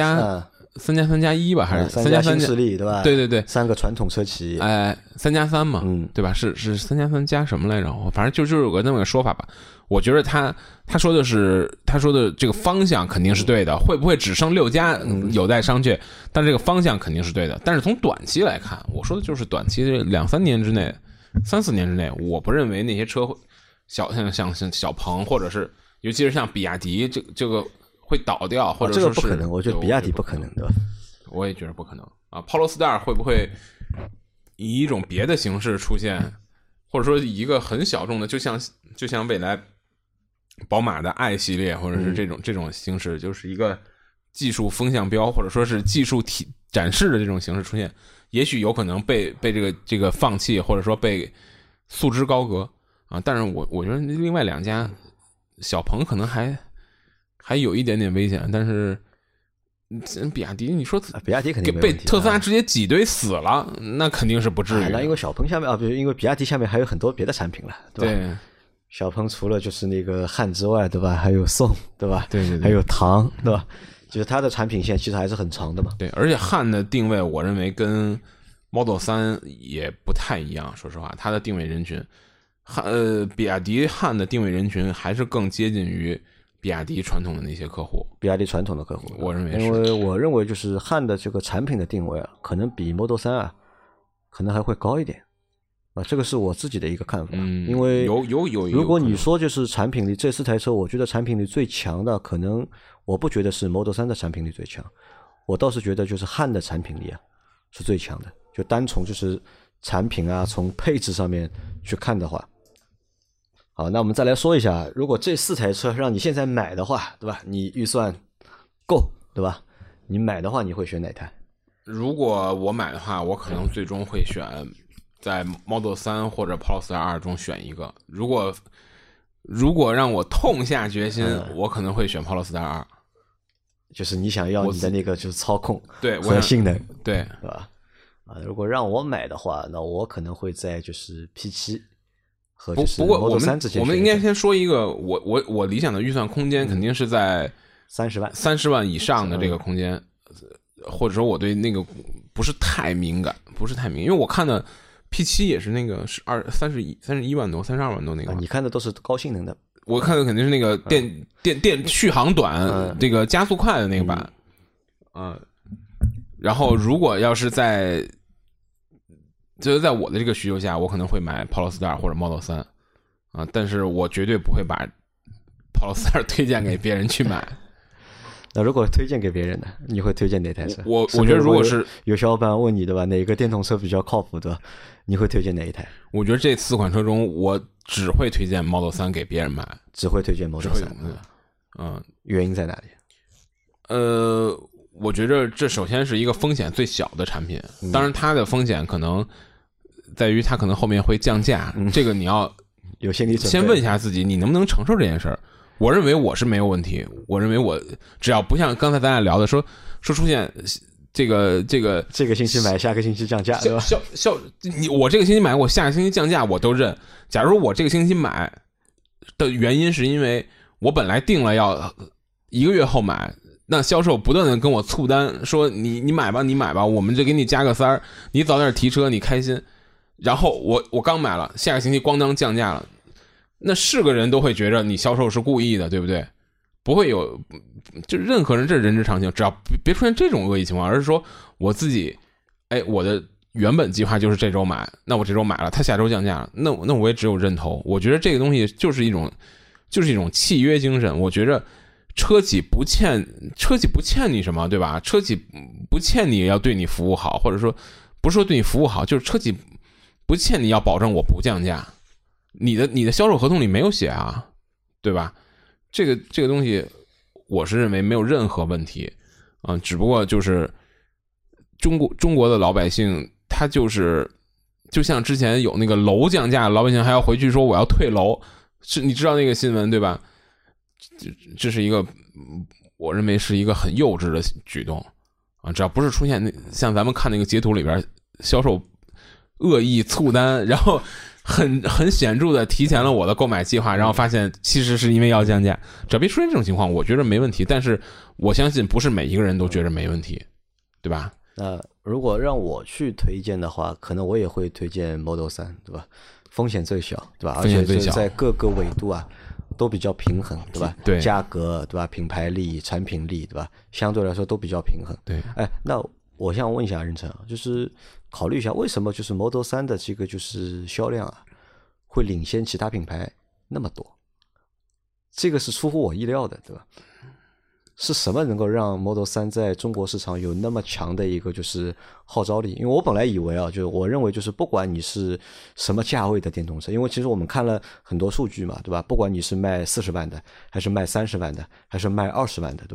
吧，还是3+3+ 新势力，对吧？ 对 ，3个传统车企， 3+3嘛，对吧？是3+3加什么来着？反正就是有个那么个说法吧。我觉得他说的这个方向肯定是对的，会不会只剩6家有待商榷，但这个方向肯定是对的。但是从短期来看，我说的就是短期2-3年之内、3-4年之内，我不认为那些车像小鹏，或者是尤其是像比亚迪这个会倒掉，或者说是这个不可能，我觉得比亚迪不可能，对吧？ 我也觉得不可能啊。Polestar 会不会以一种别的形式出现，或者说以一个很小众的，就像未来宝马的 i 系列，或者是这种形式，就是一个技术风向标，或者说是技术展示的这种形式出现，也许有可能被这个放弃，或者说被束之高阁啊。但是我觉得另外两家小鹏可能还有一点点危险，但是比亚迪，你说比亚迪肯定没被问题特斯拉直接挤兑死了，那肯定是不至于。 那因为小鹏下面啊，不是因为比亚迪下面还有很多别的产品了，对吧？ 对， 小鹏除了就是那个汉之外，对吧？还有宋，对吧？ 对， 还有唐，对吧？就是它的产品线其实还是很长的嘛。 对，而且汉的定位，我认为跟 Model 3也不太一样。说实话，它的定位人群，比亚迪汉的定位人群还是更接近于比亚迪传统的那些客户。 比亚迪传统的客户， 我认为是， 因为我认为就是汉的这个产品的定位啊，可能比 Model 3啊，可能还会高一点。啊，这个是我自己的一个看法，因为有， 如果你说就是产品力，这4台车，我觉得产品力最强的，可能我不觉得是 Model 3的产品力最强，我倒是觉得就是汉的产品力啊是最强的，就单从就是产品啊，从配置上面去看的话。好，那我们再来说一下，如果这4台车让你现在买的话，对吧？你预算够，对吧？你买的话，你会选哪台？ 如果我买的话，我可能最终会选在 Model 3或者 Polestar 2中选一个。如果让我痛下决心，我可能会选 Polestar 2。 就是你想要你的那个就是操控对和性能， 对， 是吧？啊，如果让我买的话，那我可能会在就是 P7和就是 Model 3之间。 我们应该先说一个，我理想的预算空间肯定是在30万以上的这个空间，或者说我对那个不是太敏感，因为我看的 P7也是那个是31万多、32万多那个。 你看的都是高性能的。 我看的肯定是那个电续航短，这个加速快的那个版，然后如果要是就是在我的这个需求下，我可能会买 Polestar 或者 Model 3啊，但是我绝对不会把 Polestar 推荐给别人去买。 那如果推荐给别人呢？你会推荐哪台车？ 我觉得如果是有小伙伴问你对吧，哪个电动车比较靠谱对吧？你会推荐哪一台？ 我觉得这4款车中，我只会推荐 Model 3给别人买， 只会推荐 Model 3。原因在哪里？ 我觉得这首先是一个风险最小的产品，当然它的风险可能在于它可能后面会降价，这个你要有心理准备， 先问一下自己，你能不能承受这件事儿。我认为我是没有问题，我认为我只要不像刚才咱俩聊的说出现这个星期买，下个星期降价，对吧？ 我这个星期买，我下个星期降价，我都认。假如我这个星期买的原因是因为我本来定了要1个月后买，那销售不断的跟我促单，说你买吧，我们就给你加个3，你早点提车，你开心。然后我刚买了，下个星期咣当降价了。那是个人都会觉着你销售是故意的，对不对？不会有，就任何人，这是人之常情，只要别出现这种恶意情况，而是说我自己，我的原本计划就是这周买，那我这周买了，他下周降价了，那我也只有认投。我觉得这个东西就是一种契约精神。我觉着车企不欠你什么，对吧？车企不欠你要对你服务好，或者说不是说对你服务好，就是车企不欠你要保证我不降价。你的销售合同里没有写啊，对吧？这个东西，我是认为没有任何问题啊，只不过就是中国的老百姓，他就像之前有那个楼降价，老百姓还要回去说我要退楼，你知道那个新闻对吧？这是一个我认为是一个很幼稚的举动啊！只要不是出现像咱们看那个截图里边销售恶意促单，然后很显著的提前了我的购买计划，然后发现其实是因为要降价，只要别出现这种情况，我觉得没问题。但是我相信不是每一个人都觉得没问题，对吧？ 如果让我去推荐的话，可能我也会推荐 Model 3，对吧？风险最小，对吧？而且在各个维度啊都比较平衡，对吧？ 对， 价格，对吧？品牌力、产品力，对吧？相对来说都比较平衡。 对， 那我想问一下任晨啊，就是考虑一下为什么就是 Model 3的这个就是销量啊会领先其他品牌那么多？这个是出乎我意料的，对吧？是什么能够让 Model 3在中国市场有那么强的一个就是号召力？因为我本来以为啊，就是我认为就是不管你是什么价位的电动车，因为其实我们看了很多数据嘛，对吧？不管你是卖40万的，还是卖30万的，还是卖20万的，对吧？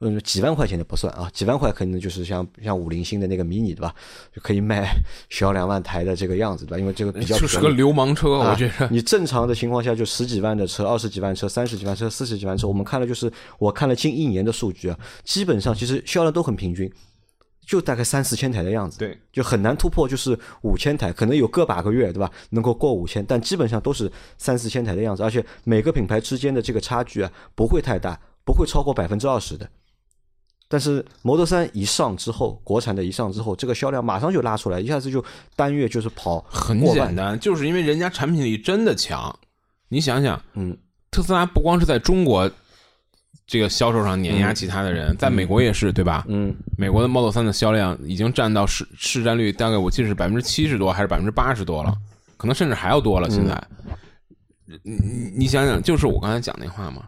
几万块钱的不算啊，几万块可能就是像50星的那个迷你对吧，就可以卖小2万台的这个样子对吧？因为这个比较就是个流氓车，我觉得。 你正常的情况下就10几万的车、20几万车、30几万车、40几万车，我看了近1年的数据啊，基本上其实销量都很平均。就大概3、4千台的样子， 对， 就很难突破，就是5000台，可能有个把个月，对吧？能够过5000，但基本上都是3、4千台的样子，而且每个品牌之间的这个差距啊，不会太大，不会超过20%的。但是 Model 3一上之后，国产的一上之后，这个销量马上就拉出来，一下子就单月就是跑很简单，就是因为人家产品力真的强。你想想，特斯拉不光是在中国这个销售上碾压其他的人，在美国也是，对吧？美国的 Model 3的销量已经占到市占率大概我记得是70%多还是80%多了，可能甚至还要多了。现在，你想想，就是我刚才讲那话嘛，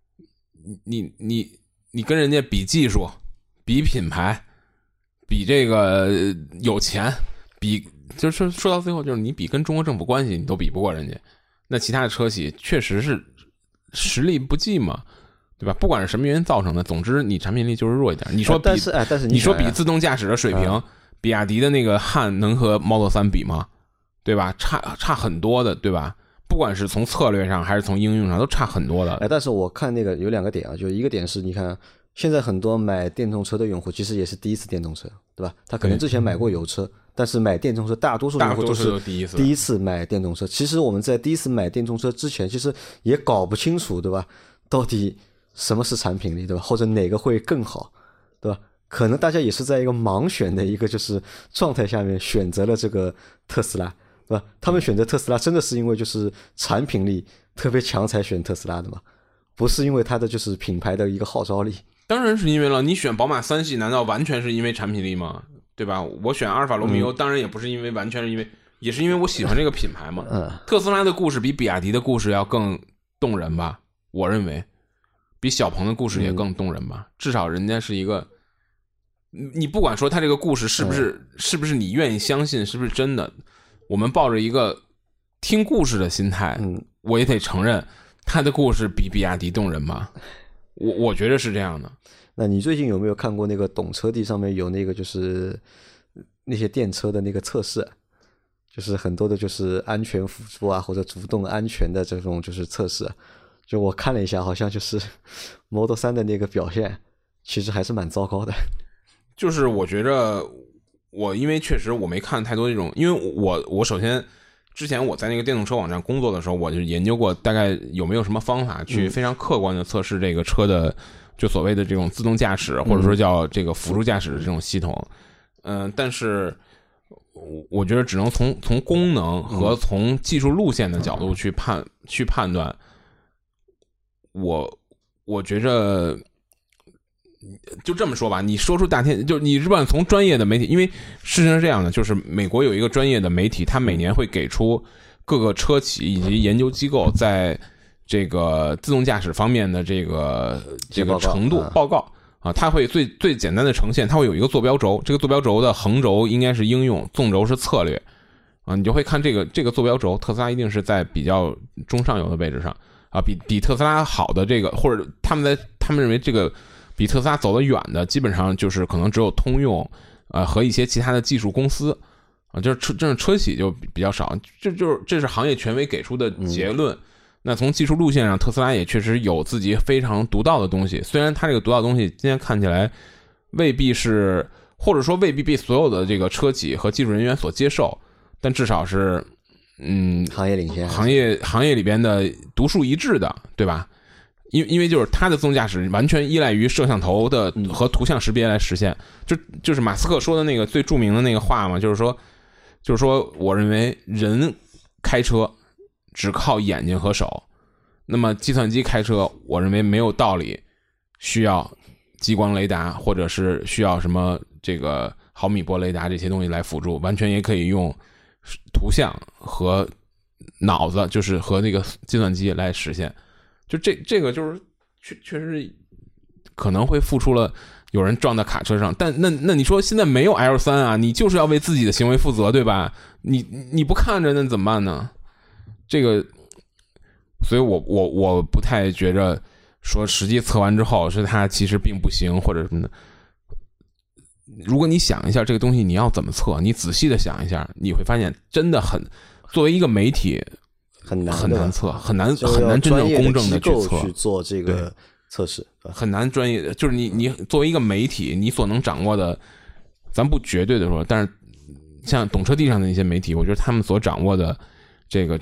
你跟人家比技术，比品牌，比这个有钱，比就是说到最后，就是你比跟中国政府关系，你都比不过人家。那其他的车企确实是实力不济嘛。对吧？不管是什么原因造成的，总之你产品力就是弱一点。你说比， 但是你说比自动驾驶的水平，比亚迪的那个汉能和 Model 3比吗？对吧？差很多的，对吧？不管是从策略上还是从应用上，都差很多的。 但是我看那个有2个点啊，就一个点是你看现在很多买电动车的用户其实也是第一次电动车，对吧？他可能之前买过油车，但是买电动车大多数用户都是第一次买电动车。其实我们在第一次买电动车之前，其实也搞不清楚，对吧？到底什么是产品力，对吧？或者哪个会更好，对吧？可能大家也是在一个盲选的一个就是状态下面选择了这个特斯拉，对吧？他们选择特斯拉真的是因为就是产品力特别强才选特斯拉的吗？不是因为它的就是品牌的一个号召力。 当然是因为了，你选宝马3系难道完全是因为产品力吗？对吧？我选阿尔法罗密欧当然也不是因为完全是因为，也是因为我喜欢这个品牌嘛。特斯拉的故事比比亚迪的故事要更动人吧，我认为。比小鹏的故事也更动人吧，至少人家是一个，你不管说他这个故事是不是你愿意相信，是不是真的，我们抱着一个听故事的心态，我也得承认他的故事比比亚迪动人吧，我觉得是这样的。 那你最近有没有看过那个懂车帝上面有那个就是那些电车的那个测试，就是很多的就是安全辅助啊或者主动安全的这种就是测试。就我看了一下，好像就是 Model 3的那个表现，其实还是蛮糟糕的。 就是我觉着，因为确实我没看太多这种，因为我首先之前我在那个电动车网站工作的时候，我就研究过大概有没有什么方法去非常客观的测试这个车的，就所谓的这种自动驾驶或者说叫这个辅助驾驶的这种系统。但是我觉得只能从功能和从技术路线的角度去判断。我觉着就这么说吧，你说出大天，就你日本从专业的媒体，因为事实上是这样的，就是美国有一个专业的媒体，它每年会给出各个车企以及研究机构在这个自动驾驶方面的这个程度报告啊，它会最简单的呈现，它会有一个坐标轴，这个坐标轴的横轴应该是应用，纵轴是策略啊，你就会看这个坐标轴，特斯拉一定是在比较中上游的位置上。啊，比特斯拉好的这个，或者他们认为这个比特斯拉走得远的，基本上就是可能只有通用，和一些其他的技术公司，啊，就是车企就比较少，这是行业权威给出的结论。那从技术路线上，特斯拉也确实有自己非常独到的东西，虽然它这个独到的东西今天看起来未必是，或者说未必被所有的这个车企和技术人员所接受，但至少是。 行业领先， 行业里边的独树一帜的，对吧？因为就是它的自动驾驶完全依赖于摄像头的和图像识别来实现，就是马斯克说的那个最著名的那个话嘛，就是说我认为人开车只靠眼睛和手，那么计算机开车，我认为没有道理需要激光雷达或者是需要什么这个毫米波雷达这些东西来辅助，完全也可以用图像和脑子，就是和那个计算机来实现。就这个就是确实可能会付出了有人撞到卡车上，但那你说现在没有 L3 啊，你就是要为自己的行为负责，对吧？你不看着那怎么办呢？这个，所以我不太觉着说实际测完之后是它其实并不行或者什么的。如果你想一下这个东西你要怎么测，你仔细的想一下，你会发现真的作为一个媒体很难测，很难真正公正的去做这个测试， 很难专业的。就是你作为一个媒体，你所能掌握的，咱不绝对的说，但是像懂车帝上的一些媒体，我觉得他们所掌握的这个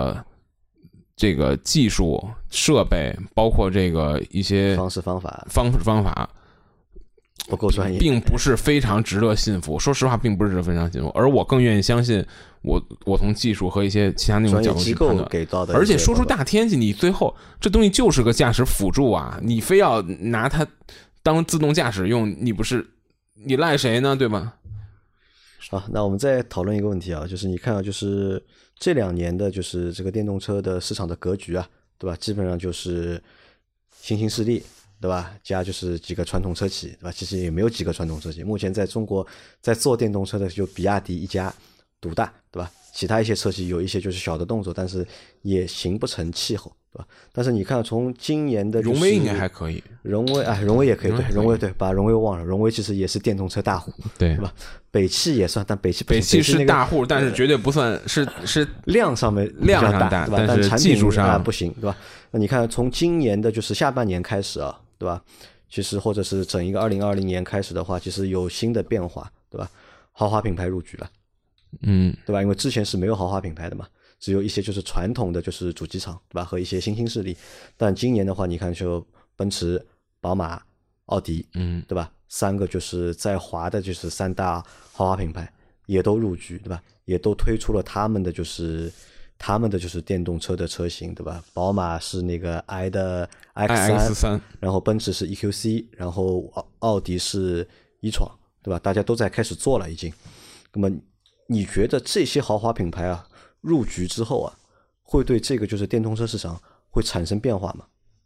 技术设备，包括这个一些方式方法不够专业， 并不是非常值得信服。说实话，并不是非常信服。而我更愿意相信我从技术和一些其他那种角度去判断给到的。 而且说出大天去，你最后这东西就是个驾驶辅助啊，你非要拿它当自动驾驶用，你赖谁呢？对吧？ 好，那我们再讨论一个问题啊，就是你看啊，就是这2年的就是这个电动车的市场的格局啊，对吧？基本上就是新兴势力，对吧？加就是几个传统车企，对吧？其实也没有几个传统车企，目前在中国在做电动车的就比亚迪一家独大，对吧？其他一些车企有一些就是小的动作，但是也形不成气候，对吧？但是你看从今年的、就是、 荣威应该还可以， 荣威也可以，对，荣威对，把荣威忘了，荣威其实也是电动车大户， 对吧？北汽也算，但北汽是大户，但是绝对不算是量上面大， 对吧？ 但是技术上不行，对吧？那你看从今年的就是下半年开始啊，对吧？其实或者是整一个2020年开始的话，其实有新的变化，对吧？豪华品牌入局了，对吧？因为之前是没有豪华品牌的嘛，只有一些就是传统的就是主机厂，对吧？和一些新兴势力。但今年的话，你看就奔驰、宝马、奥迪，对吧？3个就是在华的就是3大豪华品牌也都入局，对吧？也都推出了他们的就是电动车的车型，对吧？宝马是那个 i 的 X3， 然后奔驰是 EQC， 然后奥迪是e-tron，对吧？大家都在开始做了已经。那么你觉得这些豪华品牌啊入局之后啊，会对这个就是电动车市场会产生变化吗？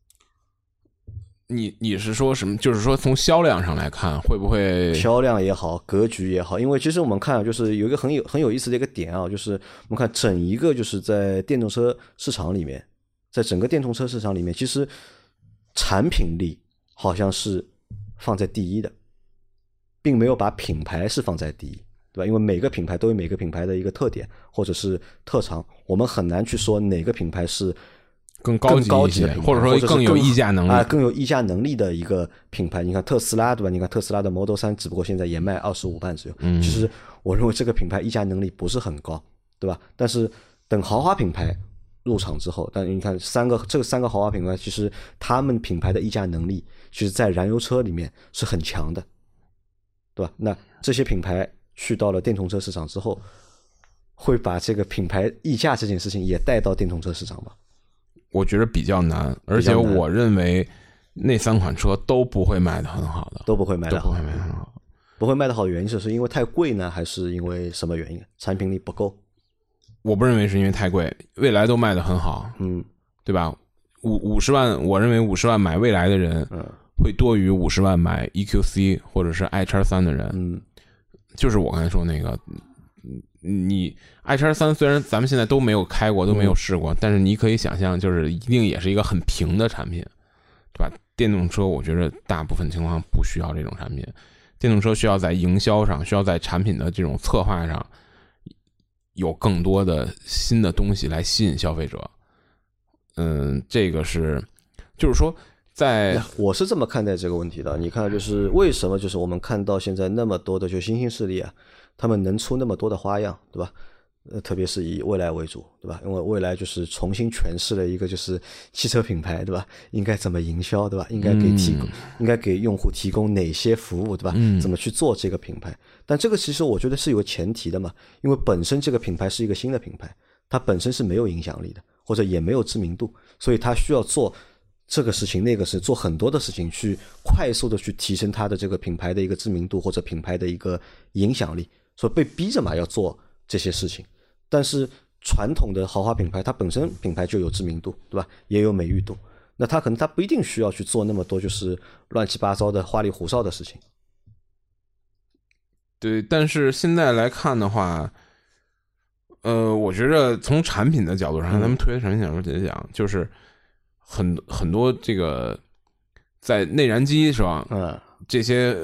你是说什么？就是说从销量上来看，会不会销量也好，格局也好？因为其实我们看就是有一个很有意思的一个点啊，就是我们看整一个就是在电动车市场里面，在整个电动车市场里面，其实产品力好像是放在第一的，并没有把品牌是放在第一，对吧？因为每个品牌都有每个品牌的一个特点或者是特长，我们很难去说哪个品牌是更高级的，或者说更有溢价能力更有溢价能力的一个品牌。你看特斯拉，对吧？你看特斯拉的 Model 3只不过现在也卖25万左右，其实我认为这个品牌溢价能力不是很高，对吧？但是等豪华品牌入场之后，但你看这3个豪华品牌，其实他们品牌的溢价能力其实在燃油车里面是很强的，对吧？那这些品牌去到了电动车市场之后，会把这个品牌溢价这件事情也带到电动车市场吗？ 我觉得比较难，而且我认为那3款车都不会卖得很好的， 都不会卖得好， 不会卖得好的原因是因为太贵呢，还是因为什么原因？产品力不够？ 我不认为是因为太贵，蔚来都卖得很好，对吧？50万，我认为50万买蔚来的人，会多于50万买 EQC 或者是 i-3 的人，就是我刚才说那个。你 i-3 虽然咱们现在都没有开过，都没有试过，但是你可以想象，就是一定也是一个很平的产品，对吧？电动车我觉得大部分情况不需要这种产品，电动车需要在营销上，需要在产品的这种策划上有更多的新的东西来吸引消费者。这个是，就是说我是这么看待这个问题的。你看，就是为什么就是我们看到现在那么多的就新兴势力啊，他们能出那么多的花样，对吧？特别是以蔚来为主，对吧？因为蔚来就是重新诠释了一个就是汽车品牌，对吧？应该怎么营销，对吧？应该给用户提供哪些服务，对吧？怎么去做这个品牌？但这个其实我觉得是有前提的嘛，因为本身这个品牌是一个新的品牌，它本身是没有影响力的，或者也没有知名度，所以它需要做这个事情那个事，做很多的事情，去快速的去提升它的这个品牌的一个知名度或者品牌的一个影响力，所以被逼着嘛要做这些事情。但是传统的豪华品牌，它本身品牌就有知名度，对吧？也有美誉度，那它可能它不一定需要去做那么多就是乱七八糟的花里胡哨的事情。 对，但是现在来看的话，我觉得从产品的角度上，咱们推的产品角度来讲，就是很多这个在内燃机上，这些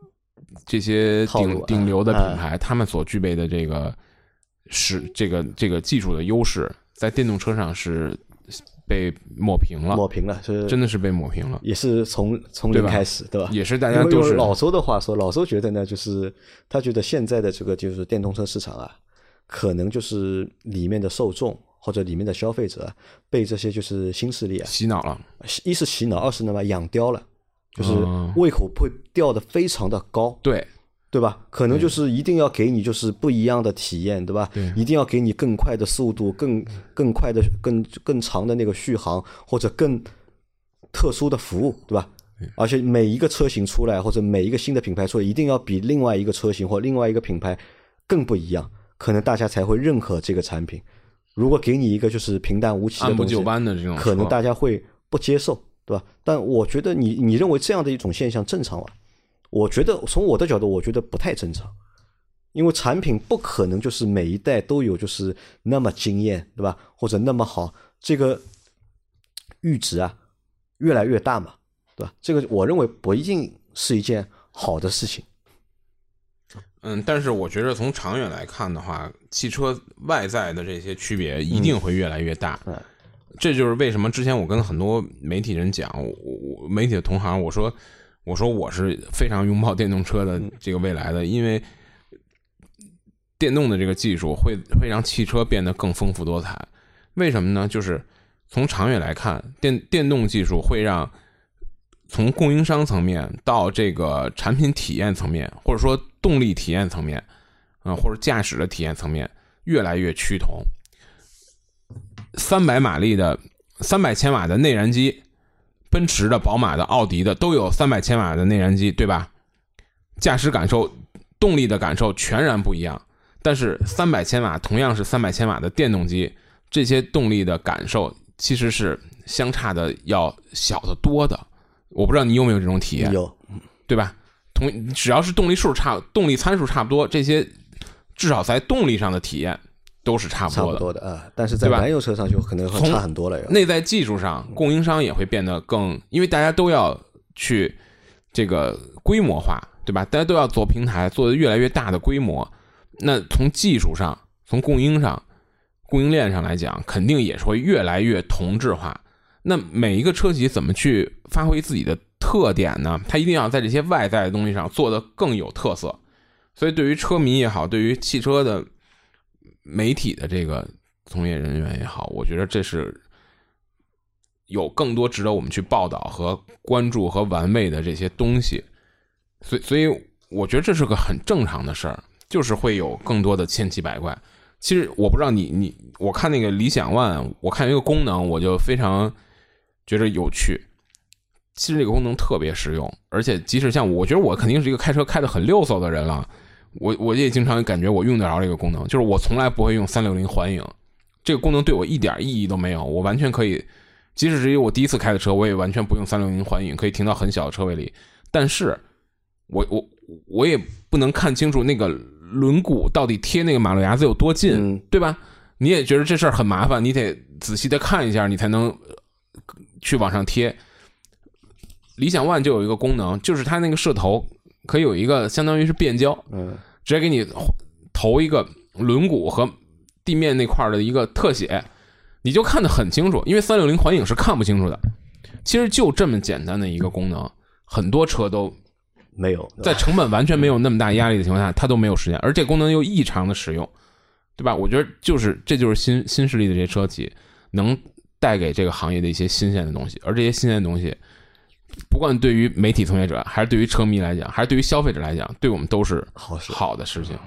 顶流的品牌，他们所具备的这个这个技术的优势，在电动车上是被抹平了，真的是被抹平了， 也是从零开始，对吧？ 也是大家都是老周的话说，老周觉得呢，就是他觉得现在的这个就是电动车市场啊，可能就是里面的受众或者里面的消费者被这些就是新势力洗脑了， 一是洗脑，二是呢养刁了，就是胃口会吊得非常的高，对吧？可能就是一定要给你就是不一样的体验，对吧？ 对， 一定要给你更快的速度，更快的更长的那个续航，或者更特殊的服务，对吧？而且每一个车型出来，或者每一个新的品牌出来，一定要比另外一个车型或另外一个品牌更不一样，可能大家才会认可这个产品。如果给你一个就是平淡无奇的东西， 按部就班的这种， 可能大家会不接受，对吧？但我觉得你认为这样的一种现象正常吗？我觉得从我的角度，我觉得不太正常，因为产品不可能就是每一代都有就是那么惊艳，对吧？或者那么好，这个阈值啊越来越大嘛，对吧？这个我认为不一定是一件好的事情。 但是我觉得从长远来看的话，汽车外在的这些区别一定会越来越大。这就是为什么之前我跟很多媒体人讲，我媒体的同行，我说我是非常拥抱电动车的这个未来的，因为电动的这个技术会让汽车变得更丰富多彩。为什么呢？就是从长远来看，电动技术会让从供应商层面到这个产品体验层面，或者说动力体验层面，或者驾驶的体验层面越来越趋同。300千瓦的内燃机，奔驰的、宝马的、奥迪的都有300千瓦的内燃机，对吧？驾驶感受、动力的感受全然不一样。但是300千瓦同样是300千瓦的电动机，这些动力的感受其实是相差的要小得多的。我不知道你有没有这种体验？ 有， 对吧？只要是动力参数差不多，这些至少在动力上的体验都是差不多的啊。但是在燃油车上就可能会差很多了。 内在技术上，供应商也会变得更，因为大家都要去这个规模化，对吧？大家都要做平台，做的越来越大的规模。那从技术上，从供应链上来讲，肯定也是会越来越同质化。那每一个车企怎么去发挥自己的特点呢？它一定要在这些外在的东西上做得更有特色。所以对于车迷也好，对于汽车的媒体的这个从业人员也好，我觉得这是有更多值得我们去报道和关注和玩味的这些东西。所以我觉得这是个很正常的事儿，就是会有更多的千奇百怪。其实我不知道我看那个理想ONE，我看一个功能我就非常觉得有趣。其实这个功能特别实用，而且即使像我觉得我肯定是一个开车开得很溜索的人了，我也经常感觉我用得着这个功能，就是我从来不会用360环影，这个功能对我一点意义都没有。我完全可以，即使是我第一次开的车，我也完全不用360环影，可以停到很小的车位里。但是我也不能看清楚那个轮毂到底贴那个马路牙子有多近，对吧？你也觉得这事儿很麻烦，你得仔细的看一下，你才能去往上贴。理想ONE就有一个功能，就是它那个摄头可以有一个相当于是变焦，直接给你投一个轮毂和地面那块的一个特写，你就看得很清楚，因为360环影是看不清楚的。其实就这么简单的一个功能，很多车都没有， 在成本完全没有那么大压力的情况下，它都没有实现，而这功能又异常的实用，对吧？我觉得这就是新势力的这些车企能带给这个行业的一些新鲜的东西，而这些新鲜的东西，不管对于媒体从业者，还是对于车迷来讲，还是对于消费者来讲，对我们都是好的事情。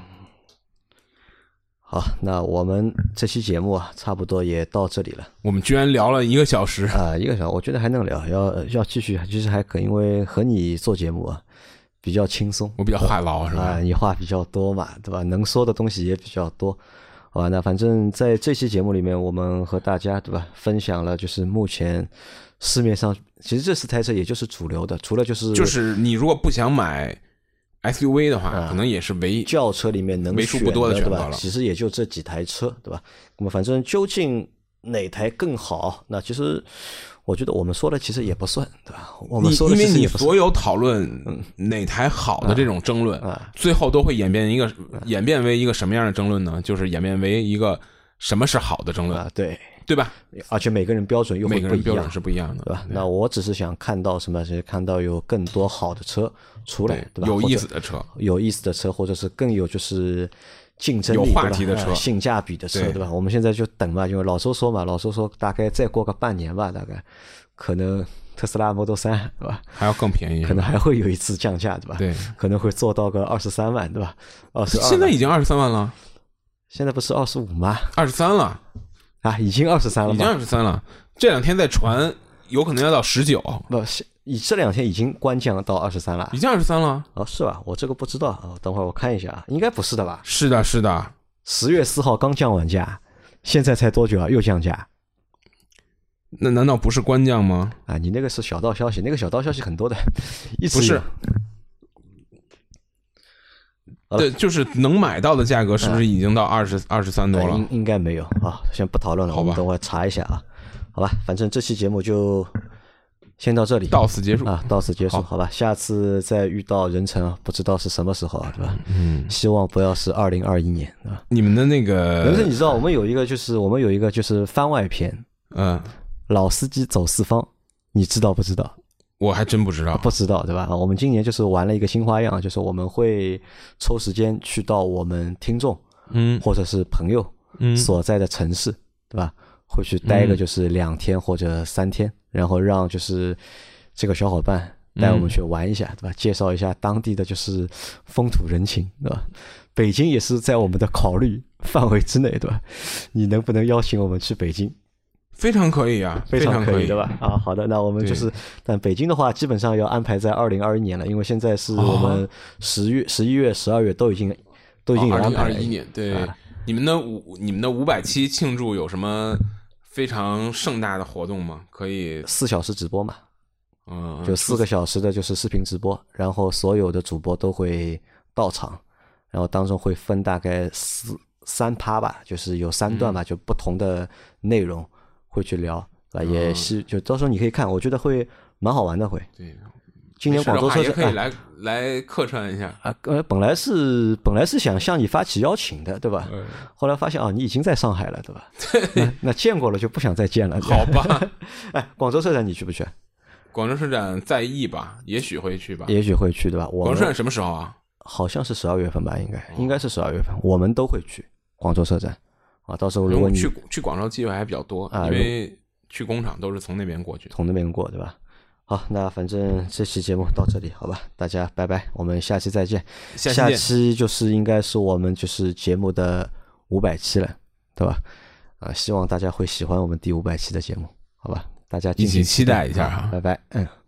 好，那我们这期节目啊，差不多也到这里了。 我们居然聊了1个小时啊！1个小时，我觉得还能聊，要继续，其实还可以，因为和你做节目啊，比较轻松。 我比较话痨是吧？ 啊，你话比较多嘛，对吧？能说的东西也比较多。好吧，那反正在这期节目里面，我们和大家对吧，分享了就是目前市面上，其实这4台车也就是主流的，除了就是你如果不想买 SUV 的话，可能也是轿车里面能为数不多的选择了，其实也就这几台车，对吧？那么反正究竟哪台更好，那其实我觉得我们说的其实也不算，对吧？我们说的因为你其实也不算所有讨论哪台好的这种争论，最后都会演变为一个什么样的争论呢？就是演变为一个什么是好的争论，对吧？ 而且每个人标准又会不一样， 每个人标准是不一样的， 对吧？那我只是想看到什么？是看到有更多好的车出来，对吧？ 有意思的车， 或者是更有就是竞争力、 有话题的车、 性价比的车，对吧？我们现在就等嘛，因为老周说嘛，老周说大概再过个半年吧，大概可能特斯拉 Model 3，对吧？ 还要更便宜， 可能还会有一次降价，对吧？ 对， 可能会做到个23万，对吧？22万， 现在已经23万了， 现在不是25吗 ？23了。 啊，已经23了吗？ 已经23了，这两天在传，有可能要到19。 不是，这两天已经官降到23了， 已经23了。 哦，是吧？我这个不知道啊，等会儿我看一下啊，应该不是的吧？ 是的 ，10月4号刚降完价，现在才多久啊？又降价？ 那难道不是官降吗？ 啊，你那个是小道消息，那个小道消息很多的， 不是。对，就是能买到的价格是不是已经到23多了？ 应该没有啊，先不讨论了，我们等会儿查一下啊。好吧，反正这期节目就先到这里， 到此结束啊，到此结束，好吧。下次再遇到人程，不知道是什么时候，对吧？希望不要是2021年，对吧？ 你们的那个人程，你知道我们有一个就是番外篇，老司机走四方，你知道不知道？ 我还真不知道， 不知道对吧？我们今年就是玩了一个新花样，就是我们会抽时间去到我们听众，或者是朋友，所在的城市，对吧？会去待个就是2天或者3天，然后让就是这个小伙伴带我们去玩一下，对吧？介绍一下当地的就是风土人情，对吧？北京也是在我们的考虑范围之内，对吧？你能不能邀请我们去北京？ 非常可以啊， 非常可以对吧？啊，好的，那我们就是，但北京的话，基本上要安排在2021年了，因为现在是我们10月、11月、12月都已经有安排了。 2021年，对，你们的500期庆祝有什么非常盛大的活动吗？可以 4小时直播嘛？就4个小时的就是视频直播，然后所有的主播都会到场，然后当中会分大概3趴吧，就是有3段吧，就不同的内容。会去聊啊，也是就到时候你可以看，我觉得会蛮好玩的。会， 对， 今年广州车也可以来客串一下啊。本来是想向你发起邀请的，对吧？后来发现啊，你已经在上海了，对吧？ 对， 那见过了就不想再见了。 好吧。 哎，广州车展你去不去？ 广州车展在意吧，也许会去吧， 也许会去，对吧？ 广州车展什么时候啊？ 好像是12月份吧，应该是12月份，我们都会去广州车展。啊，到时候如果你去广州机会还比较多啊，因为去工厂都是从那边过去， 从那边过，对吧？好，那反正这期节目到这里，好吧，大家拜拜，我们下期再见。下期就是应该是我们就是节目的500期了，对吧？希望大家会喜欢我们第500期的节目，好吧？大家一起期待一下哈， 拜拜，